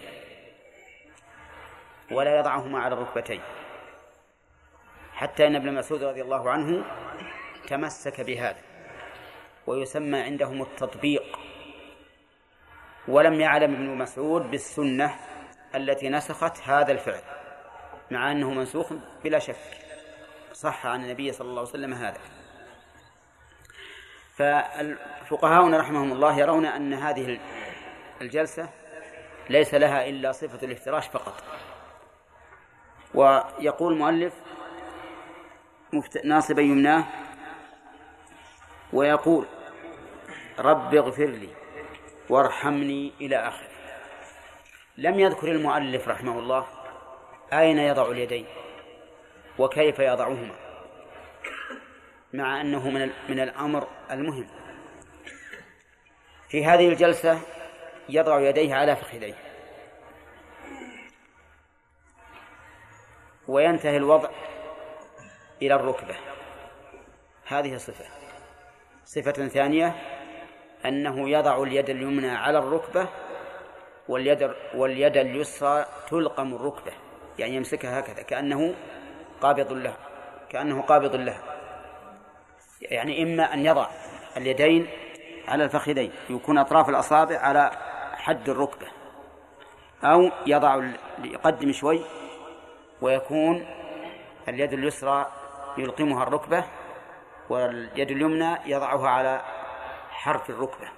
ولا يضعهما على الركبتين، حتى أن ابن مسعود رضي الله عنه تمسك بهذا، ويسمى عندهم التطبيق. ولم يعلم ابن مسعود بالسنة التي نسخت هذا الفعل، مع أنه منسوخ بلا شك، صح عن النبي صلى الله عليه وسلم هذا. فالفقهاء رحمهم الله يرون أن هذه الجلسة ليس لها إلا صفة الافتراش فقط. ويقول المؤلف ناصبا يمناه ويقول رب اغفر لي وارحمني إلى آخره. لم يذكر المؤلف رحمه الله أين يضع اليدين وكيف يضعهما، مع أنه من من الأمر المهم. في هذه الجلسة يضع يديه على فخذيه، وينتهي الوضع إلى الركبة. هذه صفة. صفة ثانية أنه يضع اليد اليمنى على الركبة واليد واليد اليسرى تلقم الركبة، يعني يمسكها هكذا كأنه قابض لها، كأنه قابض لها. يعني إما أن يضع اليدين على الفخذين يكون أطراف الأصابع على حد الركبة، أو يضع يقدم شوي ويكون اليد اليسرى يلقمها الركبة واليد اليمنى يضعها على حرف الركبة.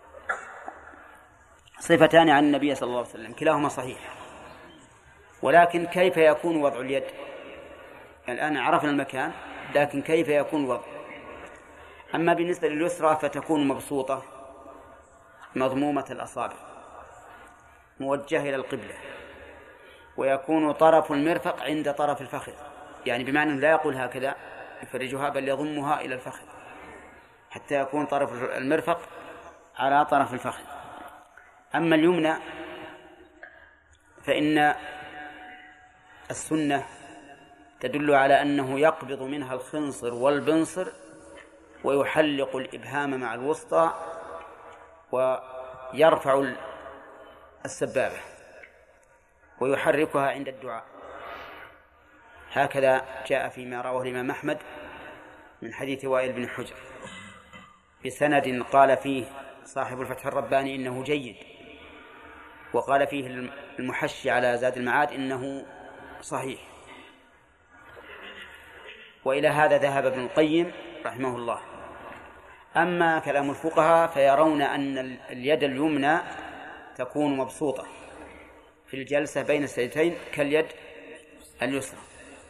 صفتان عن النبي صلى الله عليه وسلم كلاهما صحيح. ولكن كيف يكون وضع اليد؟ الآن عرفنا المكان، لكن كيف يكون وضع؟ أما بالنسبة لليسرى فتكون مبسوطة مضمومة الأصابع موجهة إلى القبلة، ويكون طرف المرفق عند طرف الفخذ، يعني بمعنى لا يقول هكذا يفرجها بل يضمها إلى الفخذ حتى يكون طرف المرفق على طرف الفخذ. أما اليمنى فإن السنة تدل على أنه يقبض منها الخنصر والبنصر ويحلق الإبهام مع الوسطى ويرفع السبابة ويحركها عند الدعاء. هكذا جاء فيما رواه الإمام أحمد من حديث وائل بن حجر بسند قال فيه صاحب الفتح الرباني إنه جيد، وقال فيه المحشي على زاد المعاد إنه صحيح. وإلى هذا ذهب ابن القيم رحمه الله. أما كلام الفقهاء فيرون أن اليد اليمنى تكون مبسوطة في الجلسة بين السجدتين كاليد اليسرى،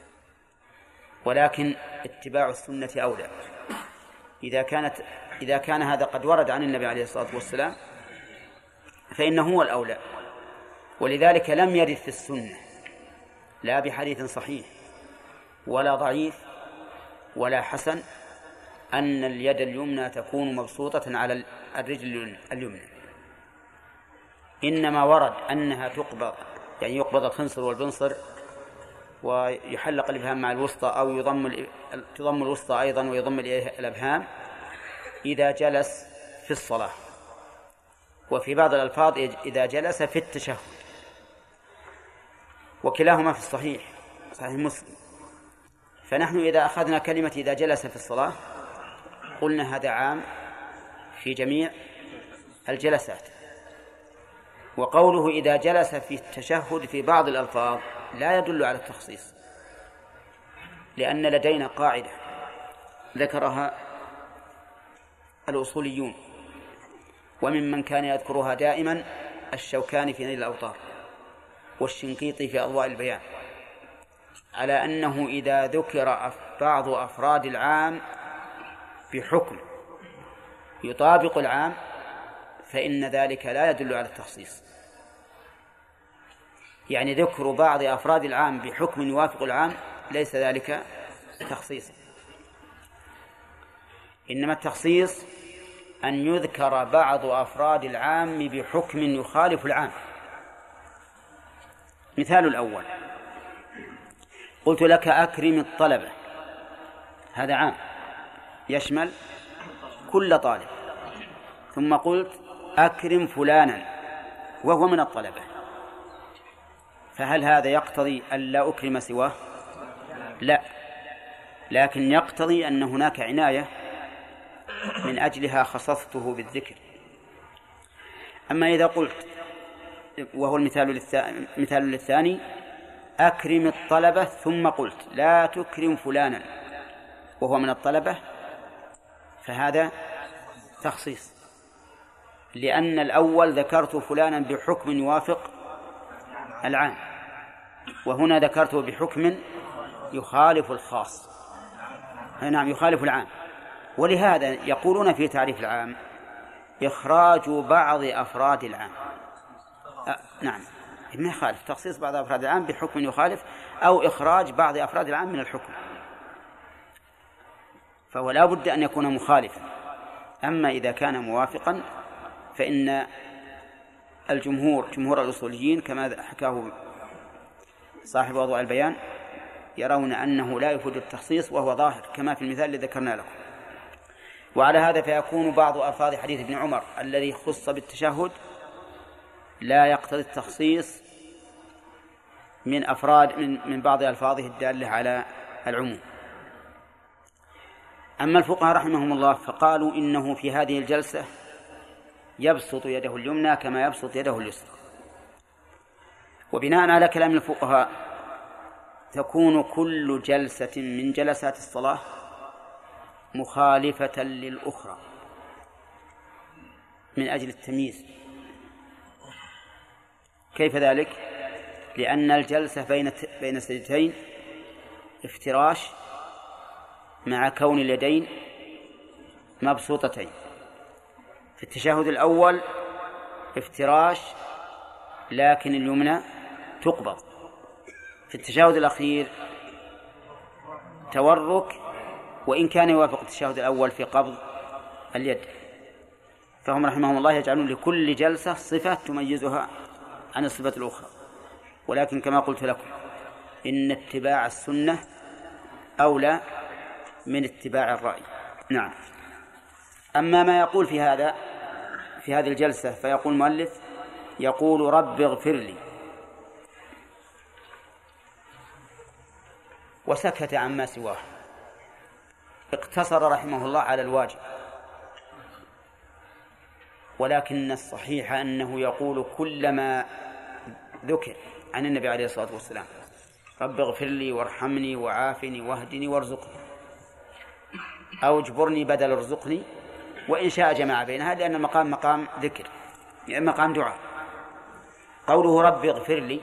ولكن اتباع السنة أولى. إذا كانت إذا كان هذا قد ورد عن النبي عليه الصلاة والسلام فإنه هو الأولى. ولذلك لم يرد في السنة لا بحديث صحيح ولا ضعيف ولا حسن أن اليد اليمنى تكون مبسوطة على الرجل اليمنى، إنما ورد أنها تقبض، يعني يقبض الخنصر والبنصر ويحلق الإبهام مع الوسطى، أو يضم تضم الوسطى أيضا ويضم الإبهام إذا جلس في الصلاة، وفي بعض الألفاظ إذا جلس في التشهد، وكلاهما في الصحيح صحيح مسلم. فنحن إذا أخذنا كلمة إذا جلس في الصلاة قلنا هذا عام في جميع الجلسات. وقوله إذا جلس في التشهد في بعض الألفاظ لا يدل على التخصيص، لأن لدينا قاعدة ذكرها الأصوليون وممن كان يذكرها دائما الشوكاني في نيل الأوطار والشنقيطي في أضواء البيان، على أنه إذا ذكر بعض أفراد العام بحكم يطابق العام فإن ذلك لا يدل على التخصيص. يعني ذكر بعض أفراد العام بحكم يوافق العام ليس ذلك تخصيصا، إنما التخصيص أن يذكر بعض أفراد العام بحكم يخالف العام. مثال الأول: قلت لك أكرم الطلبة، هذا عام يشمل كل طالب، ثم قلت أكرم فلانا وهو من الطلبة، فهل هذا يقتضي أن لا أكرم سواه؟ لا، لكن يقتضي أن هناك عناية من أجلها خصصته بالذكر. أما إذا قلت، وهو المثال مثال للثاني، أكرم الطلبة ثم قلت لا تكرم فلانا وهو من الطلبة، فهذا تخصيص، لأن الأول ذكرت فلانا بحكم يوافق العام، وهنا ذكرته بحكم يخالف الخاص، نعم يخالف العام. ولهذا يقولون في تعريف العام إخراج بعض أفراد العام. أه نعم، ما يخالف تخصيص بعض أفراد العام بحكم يخالف، أو إخراج بعض أفراد العام من الحكم، فهو لا بد أن يكون مخالفا. أما إذا كان موافقا فإن الجمهور جمهور الأصوليين كما حكاه صاحب أضواء البيان يرون أنه لا يفيد التخصيص، وهو ظاهر كما في المثال الذي ذكرنا لكم. وعلى هذا فيكون بعض ألفاظ حديث ابن عمر الذي خص بالتشهد لا يقتضي التخصيص من أفراد من من بعض ألفاظه الدالة على العموم. أما الفقهاء رحمهم الله فقالوا إنه في هذه الجلسة يبسط يده اليمنى كما يبسط يده اليسرى. وبناء على كلام الفقهاء تكون كل جلسة من جلسات الصلاة مخالفة للأخرى من أجل التمييز. كيف ذلك؟ لأن الجلسة بين بين السجدتين افتراش مع كون اليدين مبسوطتين. في التشهد الأول افتراش لكن اليمنى تقبض. في التشهد الأخير تورك وإن كان يوافق التشهد الأول في قبض اليد. فهم رحمهم الله يجعلون لكل جلسة صفة تميزها عن الصفة الأخرى. ولكن كما قلت لكم إن اتباع السنة أولى من اتباع الرأي. نعم. أما ما يقول في هذا في هذه الجلسة فيقول المؤلف يقول رب اغفر لي، وسكت عما سواه، اقتصر رحمه الله على الواجب. ولكن الصحيح أنه يقول كل ما ذكر عن النبي عليه الصلاة والسلام رب اغفر لي وارحمني وعافني واهدني وارزقني، أو اجبرني بدل ارزقني، وإن شاء جمع بينها، لأن المقام مقام ذكر يعني مقام دعاء. قوله رب اغفر لي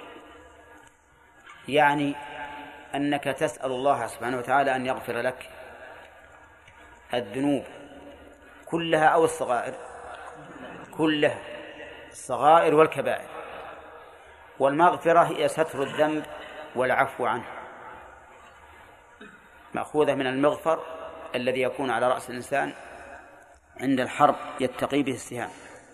يعني أنك تسأل الله سبحانه وتعالى أن يغفر لك الذنوب كلها أو الصغائر كلها، الصغائر والكبائر. والمغفرة هي ستر الذنب والعفو عنه، مأخوذة من المغفر الذي يكون على رأس الإنسان عند الحرب يتقي به السهام.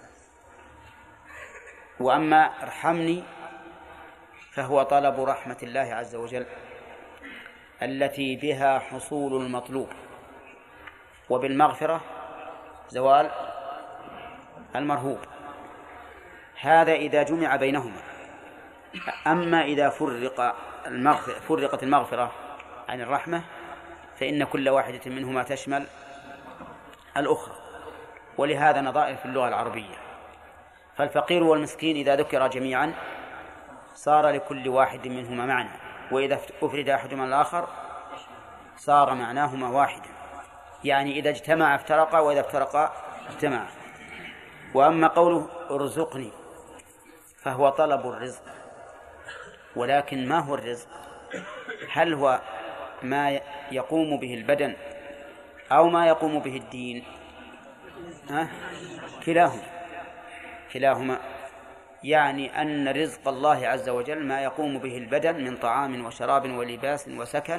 وأما ارحمني فهو طلب رحمة الله عز وجل التي بها حصول المطلوب، وبالمغفرة زوال المرهوب. هذا إذا جمع بينهما. أما إذا فرق المغفرة فرقت المغفرة عن الرحمة فإن كل واحدة منهما تشمل الأخرى، ولهذا نظائر في اللغة العربية. فالفقير والمسكين إذا ذكر جميعا صار لكل واحد منهما معنى، وإذا أفرد أحدهما الآخر صار معناهما واحدا، يعني إذا اجتمع افترقا وإذا افترقا اجتمعا. وأما قوله ارزقني فهو طلب الرزق، ولكن ما هو الرزق؟ هل هو ما يقوم به البدن أو ما يقوم به الدين؟ أه؟ كلاهما كلاهما يعني أن رزق الله عز وجل ما يقوم به البدن من طعام وشراب ولباس وسكن،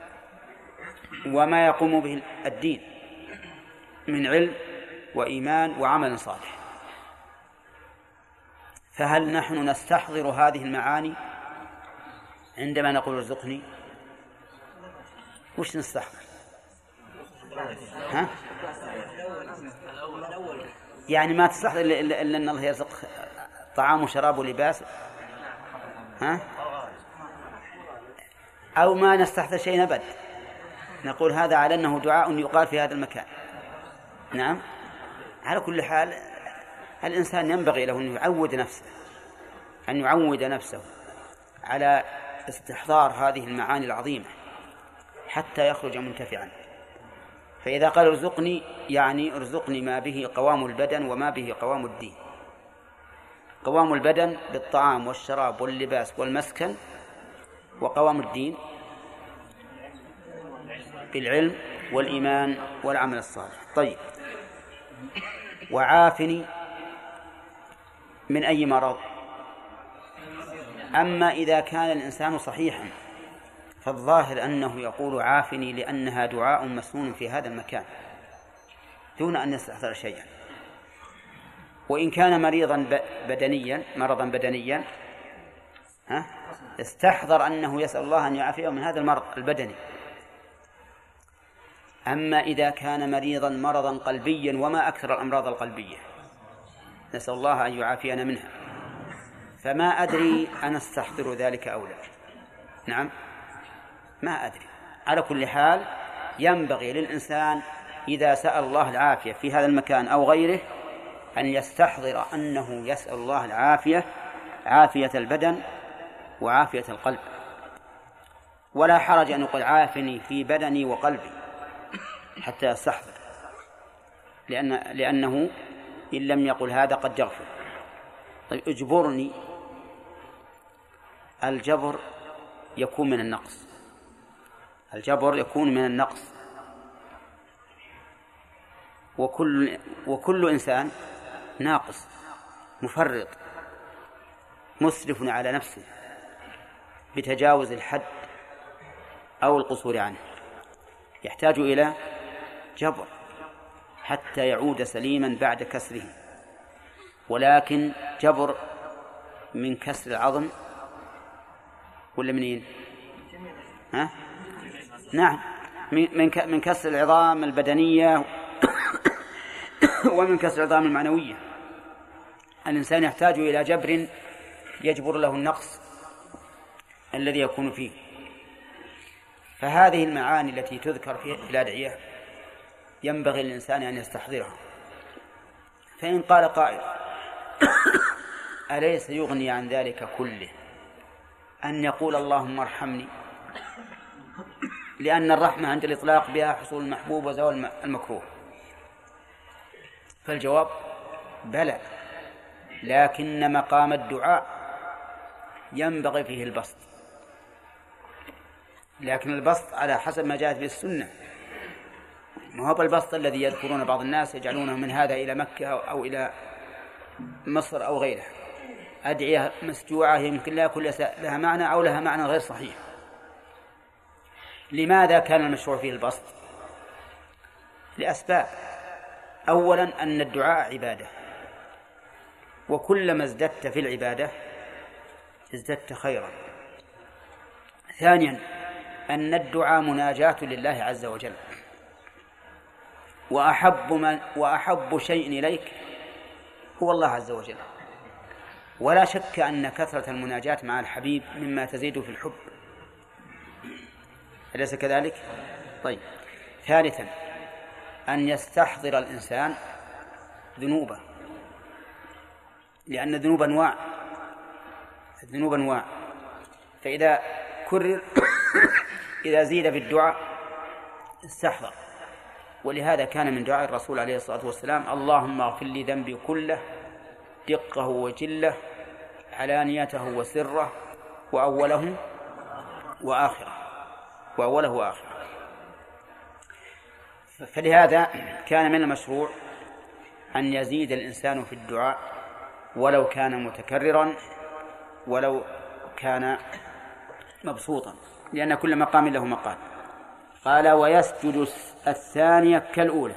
وما يقوم به الدين من علم وإيمان وعمل صالح. فهل نحن نستحضر هذه المعاني عندما نقول ارزقني؟ وش نستحضر؟ ها؟ يعني ما تستحضر إلا أن الله يرزق طعام وشراب ولباس، ها؟ أو ما نستحضر شيء أبد، نقول هذا على أنه دعاء يقال في هذا المكان. نعم. على كل حال الإنسان ينبغي له أن يعود نفسه أن يعود نفسه على استحضار هذه المعاني العظيمة حتى يخرج منتفعا. فإذا قال ارزقني يعني ارزقني ما به قوام البدن وما به قوام الدين. قوام البدن بالطعام والشراب واللباس والمسكن، وقوام الدين بالعلم والإيمان والعمل الصالح. طيب، وعافني من أي مرض؟ أما إذا كان الإنسان صحيحا فالظاهر أنه يقول عافني لأنها دعاء مسنون في هذا المكان دون أن يستحضر شيئا. وإن كان مريضا بدنيا مرضا بدنيا ها استحضر أنه يسأل الله أن يعافيه من هذا المرض البدني. أما إذا كان مريضا مرضا قلبيا، وما أكثر الأمراض القلبية، نسأل الله أن يعافينا منها، فما أدري أنا استحضر ذلك أو لا. نعم، ما أدري. على كل حال ينبغي للإنسان إذا سأل الله العافية في هذا المكان أو غيره أن يستحضر أنه يسأل الله العافية، عافية البدن وعافية القلب. ولا حرج أن يقول عافني في بدني وقلبي حتى يستحضر، لأن لأنه إن لم يقل هذا قد يغفر. طيب، اجبرني، الجبر يكون من النقص، الجبر يكون من النقص، وكل وكل إنسان ناقص مفرط مسرف على نفسه بتجاوز الحد أو القصور عنه، يحتاج إلى جبر حتى يعود سليما بعد كسره. ولكن جبر من كسر العظم ولا منين؟ ها؟ نعم، من من كسر العظام البدنية ومن كسر العظام المعنوية. الإنسان يحتاج إلى جبر يجبر له النقص الذي يكون فيه. فهذه المعاني التي تذكر في الأدعية ينبغي للإنسان أن يستحضرها. فإن قال قائل أليس يغني عن ذلك كله أن يقول اللهم ارحمني، لأن الرحمة عند الإطلاق بها حصول المحبوب وزوال المكروه؟ فالجواب بلى، لكن مقام الدعاء ينبغي فيه البسط، لكن البسط على حسب ما جاءت به السنة، ما هو البسط الذي يذكرون بعض الناس يجعلونه من هذا إلى مكة أو إلى مصر أو غيرها، أدعية مسجوعة يمكن لا يكون لها معنى أو لها معنى غير صحيح. لماذا كان المشروع فيه البسط؟ لأسباب. أولا أن الدعاء عبادة، وكلما ازددت في العبادة ازددت خيرا. ثانيا أن الدعاء مناجاة لله عز وجل، وأحب, من وأحب شيء إليك هو الله عز وجل، ولا شك أن كثرة المناجاة مع الحبيب مما تزيد في الحب أليس كذلك؟ طيب. ثالثا أن يستحضر الإنسان ذنوبه، لأن الذنوب أنواع، الذنوب أنواع، فإذا كرر إذا زيد في الدعاء استحضر. ولهذا كان من دعاء الرسول عليه الصلاة والسلام: اللهم اغفر لي ذنبي كله دقه وجله علانيته وسره وأوله وآخره وأوله وآخره. فلهذا كان من المشروع أن يزيد الإنسان في الدعاء ولو كان متكررا ولو كان مبسوطا، لأن كل مقام له مقام. قال: ويسجد الثانية كالأولى.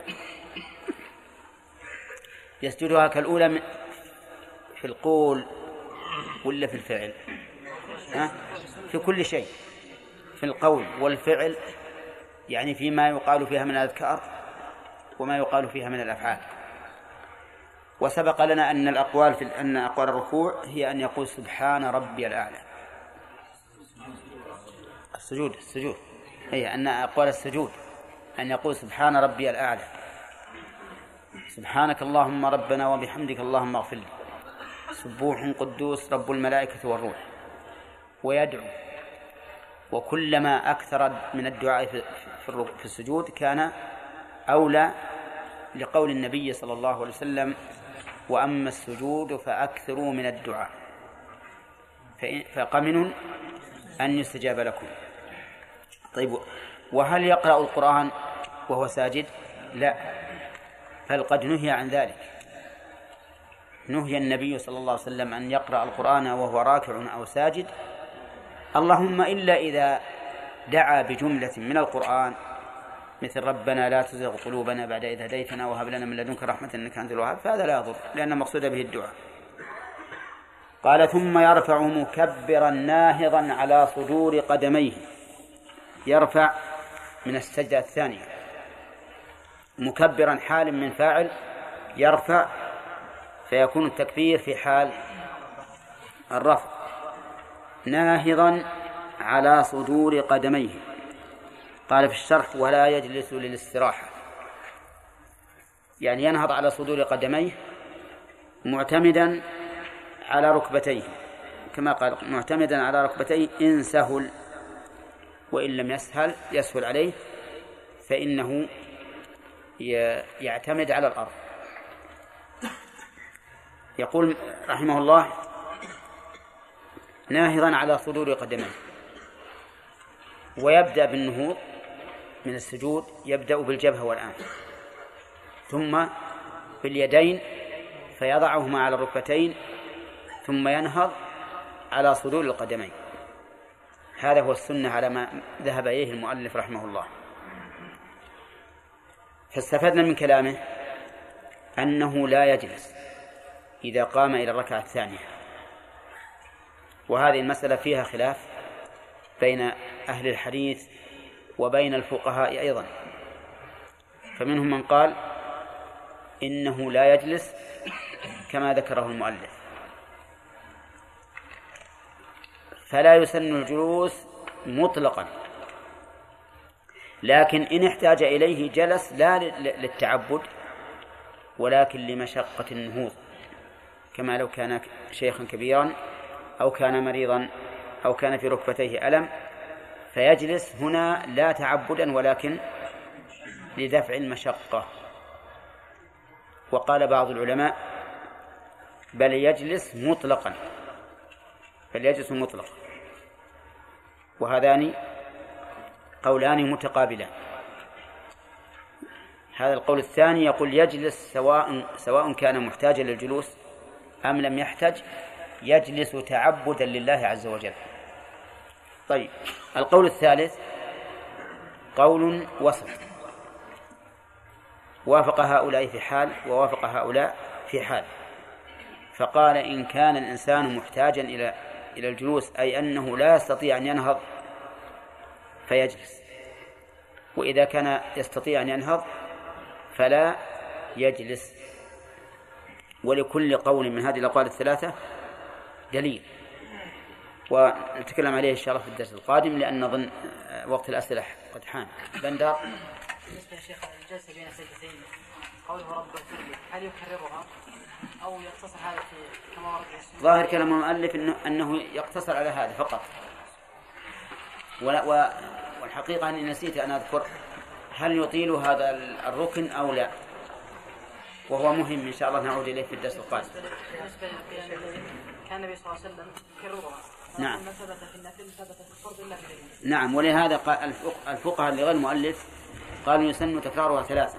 يسجدها كالأولى في القول ولا في الفعل؟ ها؟ في كل شيء، في القول والفعل، يعني فيما يقال فيها من الأذكار وما يقال فيها من الأفعال. وسبق لنا أن الأقوال في أن أقوال الركوع هي أن يقول سبحان ربي الأعلى. السجود السجود هي أن أقوال السجود أن يقول سبحان ربي الأعلى، سبحانك اللهم ربنا وبحمدك اللهم اغفر لي، سبوح قدوس رب الملائكة والروح، ويدعو. وكلما أكثر من الدعاء في السجود كان أولى، لقول النبي صلى الله عليه وسلم: وأما السجود فأكثروا من الدعاء فقمن أن يستجاب لكم. طيب، وهل يقرأ القرآن وهو ساجد؟ لا، بل قد نهي عن ذلك. نهي النبي صلى الله عليه وسلم أن يقرأ القرآن وهو راكع أو ساجد، اللهم إلا إذا دعا بجملة من القرآن مثل ربنا لا تزغ قلوبنا بعد إذ هديتنا وهب لنا من لدنك رحمة إنك أنت الوهاب، فهذا لا يضر لأن المقصود به الدعاء. قال: ثم يرفع مكبرا ناهضا على صدور قدميه. يرفع من السجدة الثانية، مكبرا حال من فاعل يرفع، فيكون التكبير في حال الرفع. ناهضا على صدور قدميه. قال في الشرح: ولا يجلس للاستراحة، يعني ينهض على صدور قدميه معتمدا على ركبتيه، كما قال: معتمدا على ركبتيه إن سهل، وإن لم يسهل يسهل عليه فإنه يعتمد على الأرض. يقول رحمه الله: ناهضا على صدور قدميه. ويبدأ بالنهوض من السجود، يبدأ بالجبهة والأنف، ثم باليدين فيضعهما على الركبتين، ثم ينهض على صدور القدمين. هذا هو السنة على ما ذهب إليه المؤلف رحمه الله. فاستفدنا من كلامه أنه لا يجلس إذا قام إلى الركعة الثانية، وهذه المسألة فيها خلاف بين أهل الحديث وبين الفقهاء أيضا. فمنهم من قال إنه لا يجلس كما ذكره المؤلف، فلا يسن الجلوس مطلقا، لكن إن احتاج إليه جلس لا للتعبد ولكن لمشقة النهوض، كما لو كان شيخا كبيرا أو كان مريضا أو كان في ركبتيه ألم، فيجلس هنا لا تعبدا ولكن لدفع المشقة. وقال بعض العلماء: بل يجلس مطلقا، بل يجلس مطلقا. وهذان قولان متقابلان. هذا القول الثاني يقول يجلس سواء سواء كان محتاجا للجلوس أم لم يحتج، يجلس تعبدا لله عز وجل. طيب، القول الثالث قول وسط، وافق هؤلاء في حال ووافق هؤلاء في حال. فقال: إن كان الإنسان محتاجا إلى إلى الجلوس، أي أنه لا يستطيع أن ينهض، فيجلس، وإذا كان يستطيع أن ينهض فلا يجلس. ولكل قول من هذه الأقوال الثلاثة دليل، ونتكلم عليه إن شاء الله في الدرس القادم، لأن نظن وقت الأسئلة قد حان. بندر. بالنسبة يا شيخ الجلسة بين السجدتين قوله رب اغفر لي، هل يكررها أو يقتصر هذا في كما ورد في السنة؟ ظاهر كلام المؤلف إنه, أنه يقتصر على هذا فقط. ولا والحقيقة أني نسيت أن أذكر هل يطيل هذا الركن أو لا، وهو مهم إن شاء الله نعود إليه في الدرس القادم. بالنسبة لقيام الليل كان النبي صلى الله عليه وسلم يكررها. نعم. ما ثبت في النفل ثبت في الفرض إلا في الليل. نعم، ولهذا قال الفقهاء اللي غير المؤلف قالوا يسن تكرارها ثلاثة.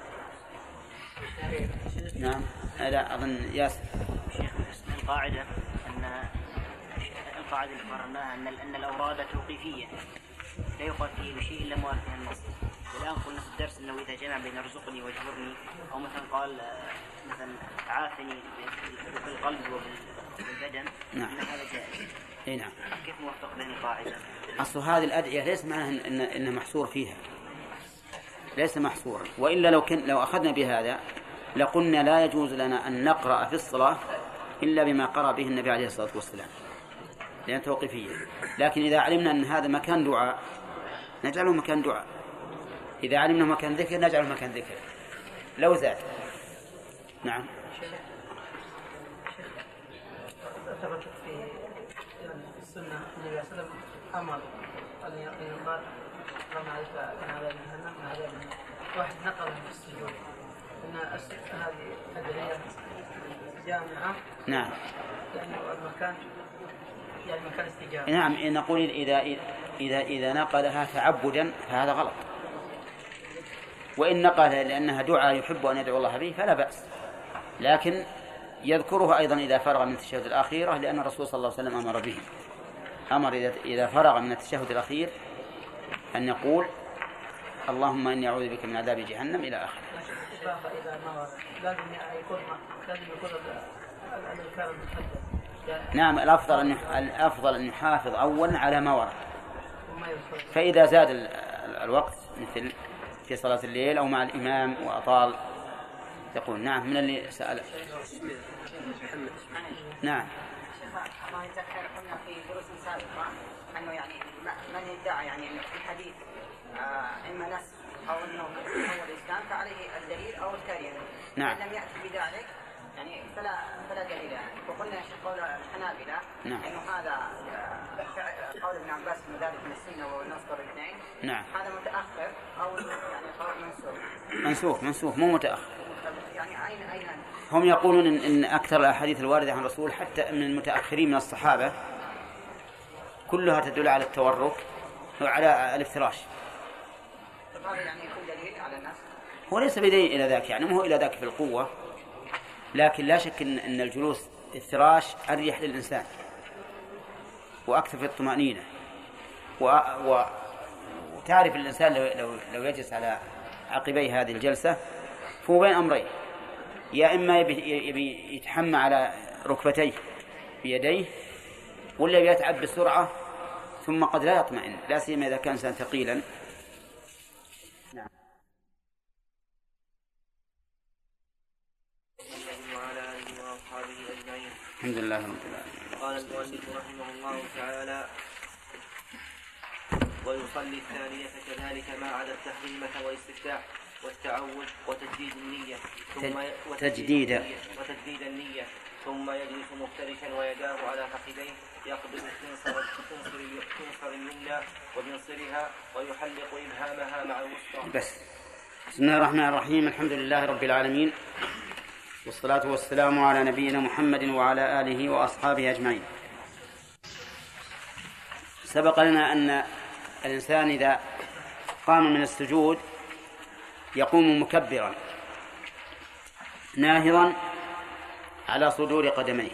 نعم. لا أظن ياسر. شيخ القاعدة أن القاعدة اللي قررناها أن أن الأوراد توقيفية لا يقال فيه بشيء إلا موافق النص. والآن قلنا في الدرس أنه إذا جمع بين ارزقني واجبرني أو مثلا قال مثلا عافني بالقلب وبالبدن، نعم. أن هذا جائز. أي نعم. كيف موفق بين القاعدة؟ أصل هذه الأدعية ليس معناها إن إنه محصور فيها، ليس محصورا. وإلا لو كن لو أخذنا بهذا لقلنا لا يجوز لنا أن نقرأ في الصلاة إلا بما قرأ به النبي عليه الصلاة والسلام، لأن توقيفية. لكن إذا علمنا أن هذا مكان دعاء نجعله مكان دعاء، إذا علمنا مكان ذكر نجعله مكان ذكر لو زاد. نعم. ثبت في السنة النبي صلى الله عليه وسلم أمر أن يقال اللهم أعوذ بك من عذاب جهنم من عذاب النار. واحد نقل في السجود أن هذه أدعية جامعة. نعم. يعني المكان يعني مكان استجابة. نعم، نقول إذا إذا إذا نقلها تعبدا فهذا غلط، وإن نقلها لأنها دعاء يحب أن يدعو الله به فلا بأس، لكن يذكرها أيضا إذا فرغ من التشهد الأخيرة، لأن الرسول صلى الله عليه وسلم أمر به، أمر إذا فرغ من التشهد الأخير أن يقول اللهم إني أعوذ بك من عذاب جهنم إلى آخره. إذا ما لازم يكون لازم يكون الأذكار المحددة. نعم، الأفضل أن الأفضل أن يحافظ أولا على ما ورد، فإذا زاد الوقت مثل في صلاة الليل أو مع الإمام وأطال يقول. نعم. من اللي سأل؟ نعم. الله يذكر قلنا في دروس سابقة أنه يعني من يدعي يعني أنه في الحديث إما نسخ أو أنه هو الإسلام فعليه الدليل أو الكريم. نعم. لم يأتي بذلك يعني فلا فلا دليل. وقلنا في قول الحنابلة نعم. إنه هذا قول ابن عباس من ذلك من السنة والنصر الاثنين. نعم. هذا متأخر أو يعني قول منسوخ. منسوخ منسوخ مو متأخر. يعني أين أين هم يقولون إن, إن أكثر الأحاديث الواردة عن الرسول حتى من المتأخرين من الصحابة كلها تدل على التورك وعلى الافتراش. هذا يعني يكون دليل على الناس. هو ليس بدليل إلى ذاك، يعني مو هو إلى ذاك في القوة، لكن لا شك إن, إن الجلوس افتراش أريح للإنسان وأكثر في الطمأنينة، و... و... وتعرف الإنسان لو, لو, لو يجلس على عقبي هذه الجلسة فهو بين أمرين، يا إما يبي, يبي يتحمى على ركبتيه بيديه، ولا يتعب بسرعة ثم قد لا يطمئن، لا سيما إذا كان إنسان ثقيلا. نعم. الحمد لله رب العالمين. قال المؤلف رحمه الله تعالى: ويصلي الثانية كذلك ما عدا التحريمة والاستفتاح والتعوذ وتجديد النية ثم تجديد وتجديد النية ثم يجلس مفترشا ويداه على فخذيه يقبض خنصر خنصر اليمنى وبنصرها ويحلق إبهامها مع الوسطى. بس. بسم الله الرحمن الرحيم. الحمد لله رب العالمين، والصلاة والسلام على نبينا محمد وعلى آله وأصحابه أجمعين. سبق لنا أن الإنسان إذا قام من السجود يقوم مكبرا ناهضا على صدور قدميه،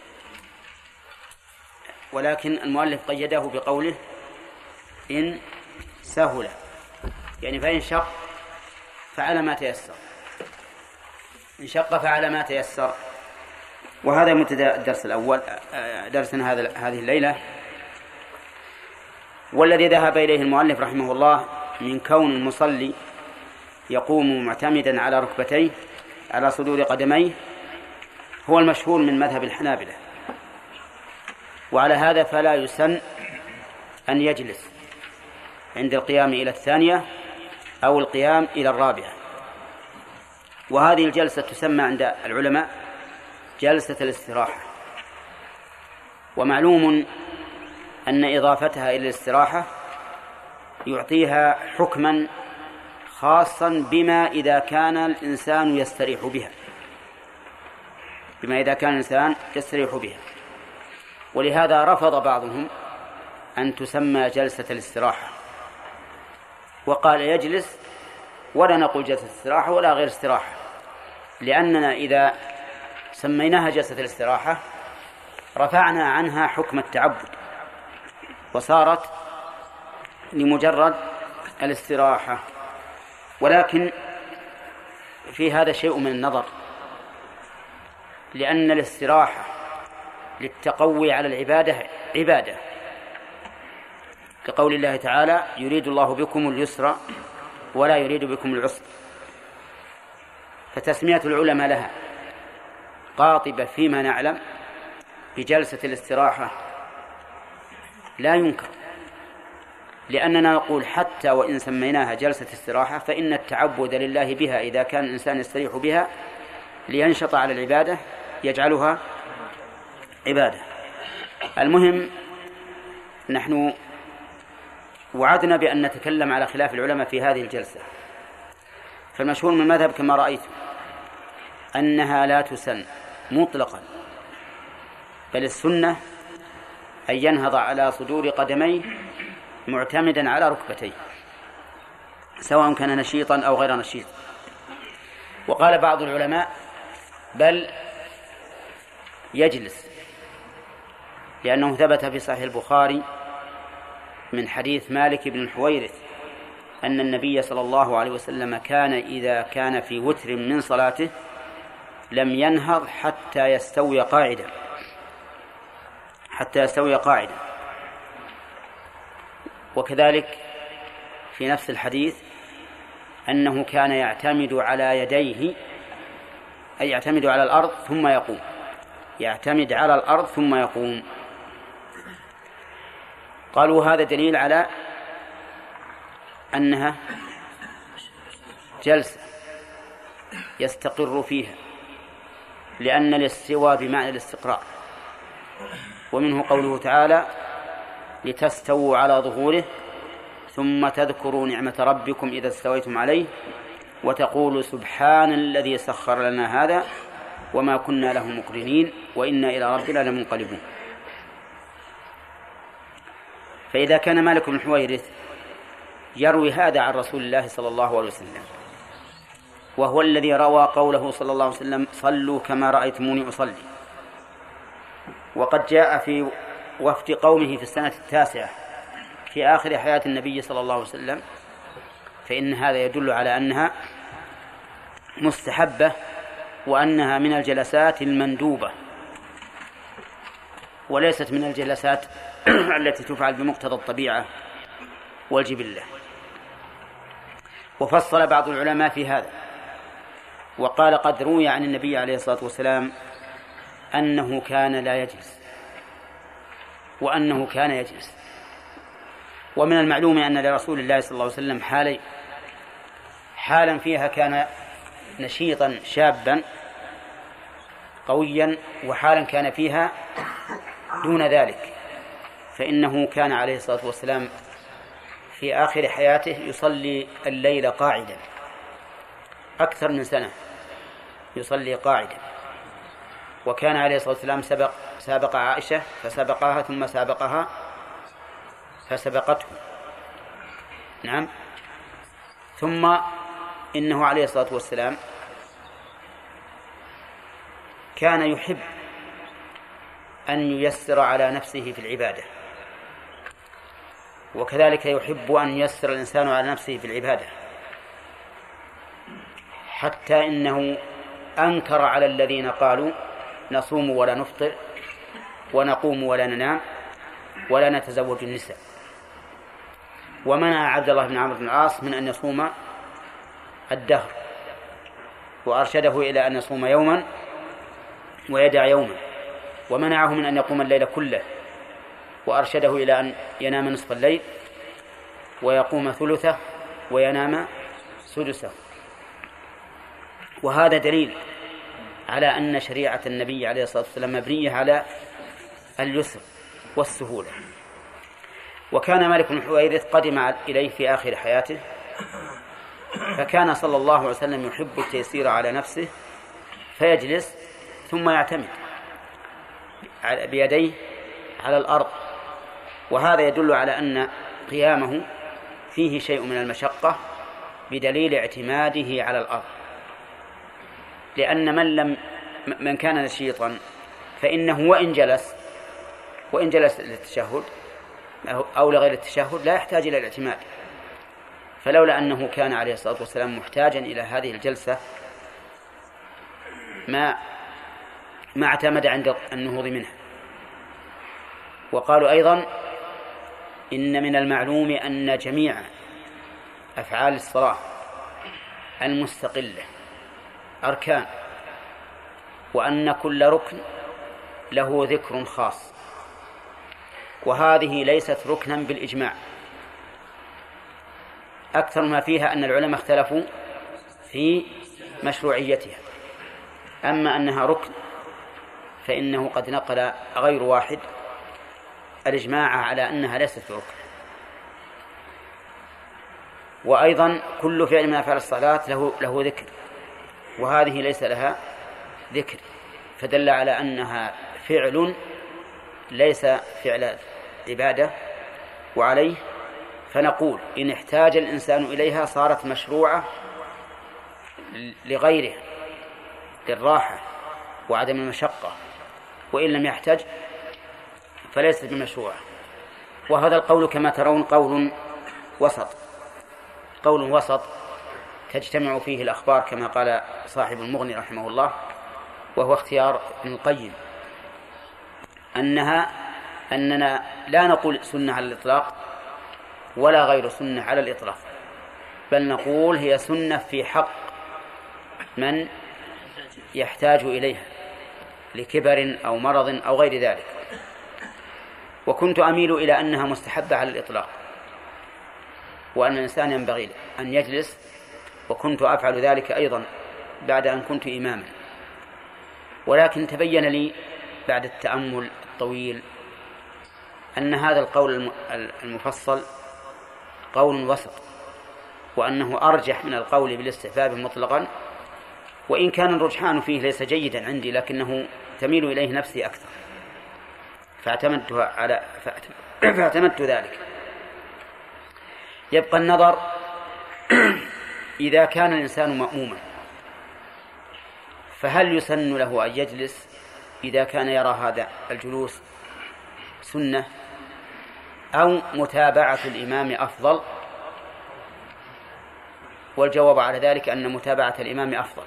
ولكن المؤلف قيده بقوله إن سهل، يعني فإن شق فعلى ما تيسر، إن شق فعلى ما تيسر. وهذا مبتدأ الدرس الأول، درسنا هذا هذه الليلة. والذي ذهب إليه المؤلف رحمه الله من كون المصلي يقوم معتمدا على ركبتيه على صدور قدميه هو المشهور من مذهب الحنابلة، وعلى هذا فلا يسن أن يجلس عند القيام إلى الثانية أو القيام إلى الرابعة. وهذه الجلسة تسمى عند العلماء جلسة الاستراحة. ومعلوم أن إضافتها إلى الاستراحة يعطيها حكما خاصا بما إذا كان الإنسان يستريح بها بما إذا كان الإنسان يستريح بها ولهذا رفض بعضهم أن تسمى جلسة الاستراحة، وقال يجلس ولا نقول جلسة الاستراحة ولا غير استراحة، لأننا إذا سميناها جلسة الاستراحة رفعنا عنها حكم التعبد وصارت لمجرد الاستراحة. ولكن في هذا شيء من النظر، لأن الاستراحة للتقوي على العبادة عبادة، كقول الله تعالى يريد الله بكم اليسر ولا يريد بكم العسر، فتسمية العلماء لها قاطبة فيما نعلم بجلسة الاستراحة لا ينكر، لأننا نقول حتى وإن سميناها جلسة استراحة فإن التعبد لله بها إذا كان الإنسان يستريح بها لينشط على العبادة يجعلها عبادة. المهم نحن وعدنا بأن نتكلم على خلاف العلماء في هذه الجلسة، فالمشهور من المذهب كما رأيت أنها لا تسن مطلقا، بل السنة أن ينهض على صدور قدميه معتمدا على ركبتيه سواء كان نشيطا أو غير نشيط. وقال بعض العلماء بل يجلس، لأنه ثبت في صحيح البخاري من حديث مالك بن الحويرث أن النبي صلى الله عليه وسلم كان إذا كان في وتر من صلاته لم ينهض حتى يستوي قاعدا حتى يستوي قاعدا وكذلك في نفس الحديث أنه كان يعتمد على يديه، أي يعتمد على الأرض ثم يقوم يعتمد على الأرض ثم يقوم. قالوا هذا دليل على أنها جلسة يستقر فيها، لأن الاستواء بمعنى الاستقرار. ومنه قوله تعالى لتستووا على ظهوره ثم تذكروا نعمة ربكم إذا استويتم عليه وتقولوا سبحان الذي سخر لنا هذا وما كنا له مقرنين وإنا إلى ربنا لمنقلبون. فإذا كان مالك بن الحويرث يروي هذا عن رسول الله صلى الله عليه وسلم، وهو الذي روى قوله صلى الله عليه وسلم صلوا كما رأيتموني أصلي، وقد جاء في وفد قومه في السنة التاسعة في آخر حياة النبي صلى الله عليه وسلم، فإن هذا يدل على أنها مستحبة وأنها من الجلسات المندوبة وليست من الجلسات التي تفعل بمقتضى الطبيعة والجبلة. وفصل بعض العلماء في هذا وقال قد روي عن النبي عليه الصلاة والسلام أنه كان لا يجلس وأنه كان يجلس. ومن المعلوم أن لرسول الله صلى الله عليه وسلم حالي، حالا فيها كان نشيطا شابا قويا، وحالا كان فيها دون ذلك، فإنه كان عليه الصلاة والسلام في آخر حياته يصلي الليل قاعدا أكثر من سنة يصلي قاعدا. وكان عليه الصلاة والسلام سبق سابق عائشة فسبقها ثم سابقها فسبقته، نعم. ثم إنه عليه الصلاة والسلام كان يحب أن ييسر على نفسه في العبادة، وكذلك يحب أن ييسر الإنسان على نفسه في العبادة، حتى إنه أنكر على الذين قالوا نصوم ولا نفطر ونقوم ولا ننام ولا نتزوج النساء، ومنع عبد الله بن عمرو بن العاص من أن يصوم الدهر، وأرشده إلى أن يصوم يوما ويدع يوما، ومنعه من أن يقوم الليل كله وأرشده إلى أن ينام نصف الليل ويقوم ثلثه وينام سدسه. وهذا دليل على أن شريعة النبي عليه الصلاة والسلام مبنية على اليسر والسهولة. وكان مالك بن الحويرث قدم إليه في آخر حياته، فكان صلى الله عليه وسلم يحب التيسير على نفسه، فيجلس ثم يعتمد بيديه على الأرض، وهذا يدل على أن قيامه فيه شيء من المشقة بدليل اعتماده على الأرض. لأن من لم من كان نشيطا فإنه وإن جلس وإن جلس للتشهد أو لغير التشهد لا يحتاج إلى الاعتماد، فلولا أنه كان عليه الصلاة والسلام محتاجا إلى هذه الجلسة ما ما اعتمد عند النهوض منها. وقالوا أيضا إن من المعلوم أن جميع أفعال الصلاة المستقلة أركان، وأن كل ركن له ذكر خاص، وهذه ليست ركنا بالإجماع. أكثر ما فيها أن العلماء اختلفوا في مشروعيتها، أما أنها ركن فإنه قد نقل غير واحد الإجماع على أنها ليست ركن. وأيضا كل فعل من أفعال الصلاة له, له ذكر، وهذه ليس لها ذكر، فدل على أنها فعل ليس فعل عبادة. وعليه فنقول إن احتاج الإنسان إليها صارت مشروعة لغيره للراحة وعدم المشقة، وإن لم يحتج فليست بمشروعة. وهذا القول كما ترون قول وسط، قول وسط تجتمع فيه الأخبار كما قال صاحب المغني رحمه الله، وهو اختيار ابن القيم، أنها أننا لا نقول سنة على الإطلاق ولا غير سنة على الإطلاق، بل نقول هي سنة في حق من يحتاج إليها لكبر أو مرض أو غير ذلك. وكنت أميل إلى أنها مستحبة على الإطلاق، وأن الإنسان ينبغي أن يجلس، وكنت أفعل ذلك أيضا بعد أن كنت إماما. ولكن تبين لي بعد التأمل الطويل أن هذا القول المفصل قول وسط، وأنه أرجح من القول بالاستحباب مطلقا، وإن كان الرجحان فيه ليس جيدا عندي لكنه تميل إليه نفسي أكثر، فاعتمدت على فاعتمدت ذلك. يبقى النظر إذا كان الإنسان مأموما فهل يسن له أن يجلس إذا كان يرى هذا الجلوس سنة، أو متابعة الإمام أفضل؟ والجواب على ذلك أن متابعة الإمام أفضل،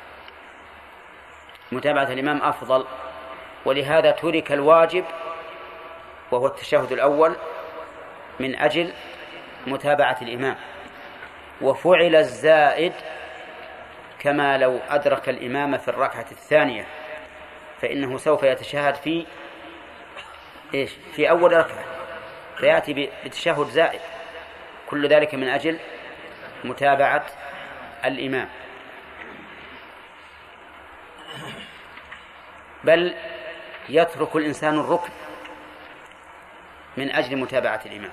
متابعة الإمام أفضل، ولهذا ترك الواجب وهو التشهد الأول من أجل متابعة الإمام، وفعل الزائد كما لو أدرك الإمام في الركعة الثانية فإنه سوف يتشهد في إيش؟ في أول ركعة، فيأتي بتشهد زائد، كل ذلك من أجل متابعة الإمام. بل يترك الإنسان الركن من أجل متابعة الإمام،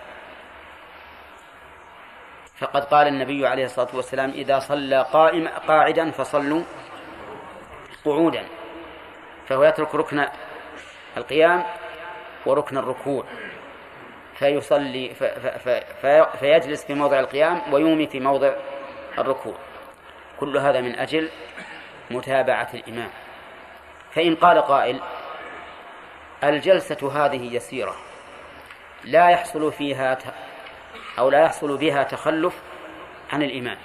فقد قال النبي عليه الصلاة والسلام إذا صلى قائم قاعدا فصلوا قعودا، فهو يترك ركن القيام وركن الركوع فيصلي في في في فيجلس في موضع القيام ويومي في موضع الركوع، كل هذا من أجل متابعة الإمام. فإن قال قائل الجلسة هذه يسيرة لا يحصل فيها أو لا يحصل بها تخلف عن الإمام،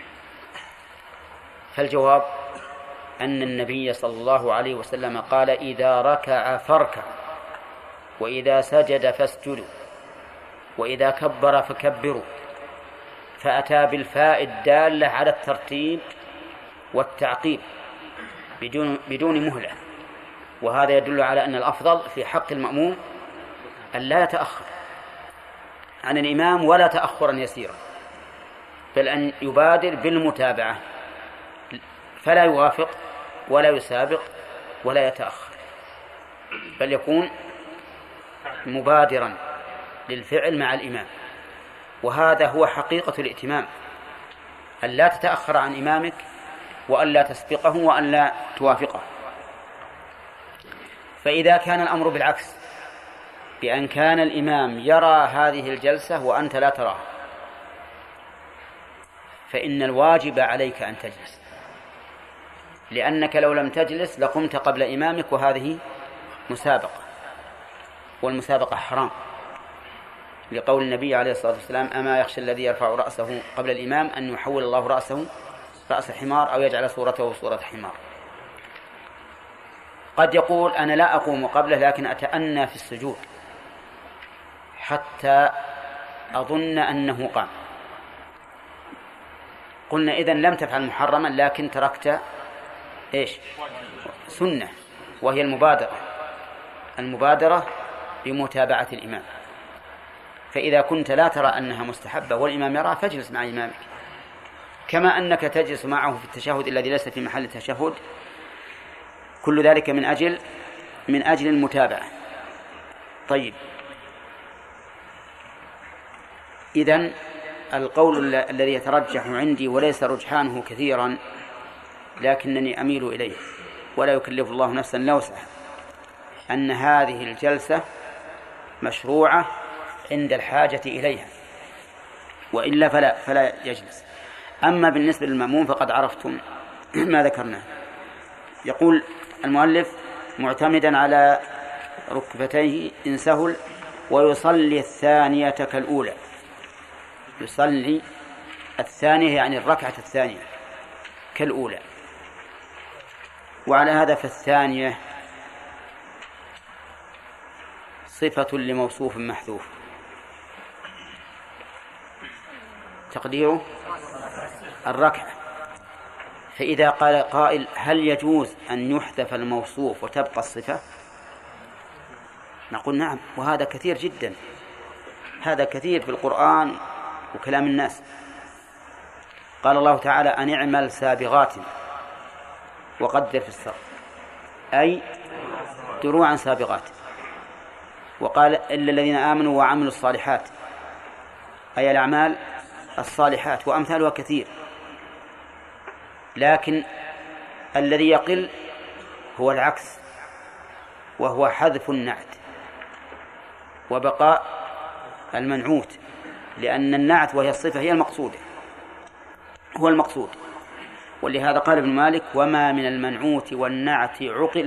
فالجواب أن النبي صلى الله عليه وسلم قال إذا ركع فاركع، وإذا سجد فاسجدوا، وإذا كبر فكبروا، فأتى بالفاء الدالة على الترتيب والتعقيب بدون بدون مهلة، وهذا يدل على أن الأفضل في حق المأموم أن لا يتأخر عن الإمام ولا تأخرا يسيرا، بل أن يبادر بالمتابعة، فلا يوافق ولا يسابق ولا يتأخر، بل يكون مبادرا للفعل مع الإمام. وهذا هو حقيقة الائتمام، أن لا تتأخر عن إمامك وأن لا تسبقه وأن لا توافقه. فإذا كان الأمر بالعكس، بأن كان الإمام يرى هذه الجلسة وأنت لا تراها، فإن الواجب عليك أن تجلس، لأنك لو لم تجلس لقمت قبل إمامك، وهذه مسابقة، والمسابقة حرام، لقول النبي عليه الصلاة والسلام: أما يخشى الذي يرفع رأسه قبل الإمام أن يحول الله رأسه رأس حمار أو يجعل صورته صورة حمار. قد يقول: أنا لا أقوم قبله لكن أتأنى في السجود حتى أظن أنه قام. قلنا إذن لم تفعل محرما، لكن تركت إيش؟ سنة، وهي المبادرة المبادرة بمتابعة الإمام. فإذا كنت لا ترى أنها مستحبة والإمام يرى، فاجلس مع إمامك، كما أنك تجلس معه في التشهد الذي ليس في محل التشهد. كل ذلك من أجل من أجل المتابعة. طيب، إذن القول الذي يترجح عندي وليس رجحانه كثيرا لكنني أميل إليه ولا يكلف الله نفسا إلا وسعها، أن هذه الجلسة مشروعة عند الحاجة إليها، وإلا فلا, فلا يجلس. أما بالنسبة للمأموم فقد عرفتم ما ذكرناه. يقول المؤلف: معتمدا على ركبتيه إن سهل، ويصلي الثانية كالأولى. يصلي الثانية يعني الركعة الثانية كالأولى. وعلى هذا فالثانية صفة لموصوف محذوف، تقديره الركعة. فإذا قال قائل: هل يجوز أن يحذف الموصوف وتبقى الصفة؟ نقول: نعم، وهذا كثير جدا، هذا كثير في القرآن وكلام الناس. قال الله تعالى: أن اعمل سابغات وقدر في الصرف، أي دروعا سابغات. وقال: إلا الذين آمنوا وعملوا الصالحات، أي الأعمال الصالحات، وأمثالها كثير. لكن الذي يقل هو العكس، وهو حذف النعت وبقاء المنعوت، لأن النعت وهي الصفة هي المقصودة، هو المقصود. ولهذا قال ابن مالك: وما من المنعوت والنعت عقل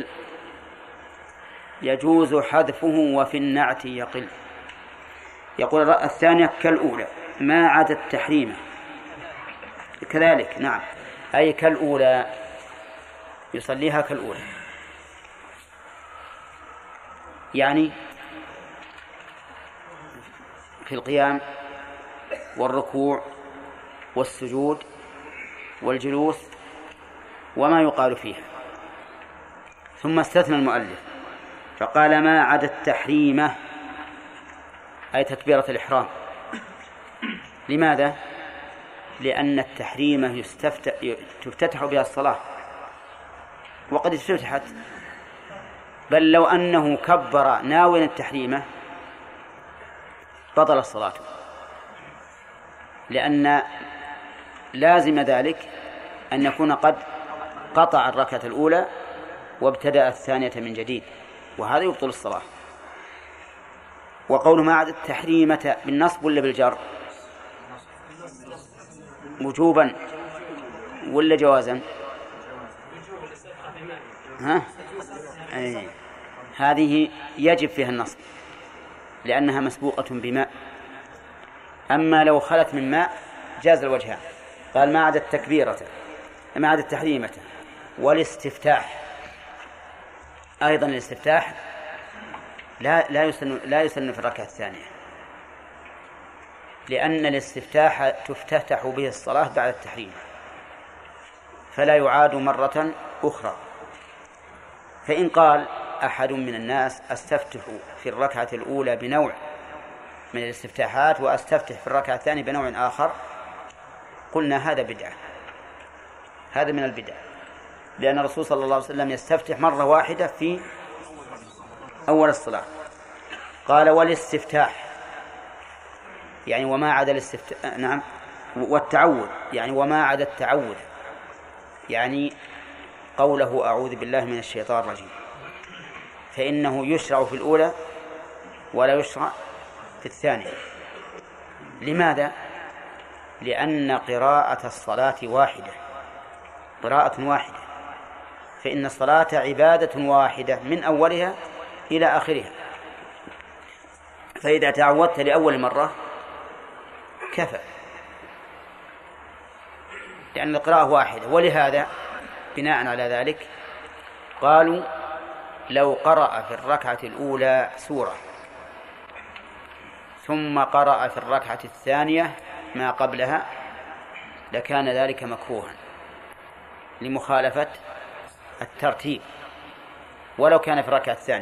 يجوز حذفه وفي النعت يقل. يقول الثانية كالأولى ما عدا التحريم كذلك، نعم، أي كالأولى، يصليها كالأولى، يعني في القيام والركوع والسجود والجلوس وما يقال فيها. ثم استثنى المؤلف فقال: ما عدا التحريمة، أي تكبيرة الإحرام. لماذا؟ لأن التحريمة تفتتح بها الصلاة، وقد افتتحت، بل لو أنه كبر ناويا التحريمة بطل الصلاة، لأن لازم ذلك أن يكون قد قطع الركعة الأولى وابتدأ الثانية من جديد، وهذا يبطل الصلاة. وقول ما عدا التحريمة بالنصب ولا بالجر؟ وجوبا ولا جوازا؟ ها؟ أي. هذه يجب فيها النصب لأنها مسبوقة بماء. أما لو خلت من ماء جاز الوجهان. قال: ما عدا التكبيرة، ما عدا التحريمة والاستفتاح. أيضا الاستفتاح لا لا يسن لا يسن في الركعة الثانية، لأن الاستفتاح تفتتح به الصلاة بعد التحريم، فلا يعاد مرة أخرى. فإن قال: أحد من الناس أستفتح في الركعة الأولى بنوع من الاستفتاحات وأستفتح في الركعة الثانية بنوع آخر، قلنا هذا بدعة، هذا من البدع، لأن الرسول صلى الله عليه وسلم يستفتح مرة واحدة في أول الصلاة. قال والاستفتاح يعني وما عدا الاستفتاح، نعم، والتعوذ يعني وما عدا التعوذ، يعني قوله أعوذ بالله من الشيطان الرجيم، فإنه يشرع في الأولى ولا يشرع في الثانية. لماذا؟ لأن قراءة الصلاة واحدة، قراءة واحدة، فإن الصلاة عبادة واحدة من أولها إلى آخرها، فإذا تعودت لأول مرة كفى، لأن القراءة واحدة. ولهذا بناء على ذلك قالوا لو قرأ في الركعة الأولى سورة ثم قرأ في الركعة الثانية ما قبلها لكان ذلك مكروها لمخالفة الترتيب، ولو كان في الركعة الثانية.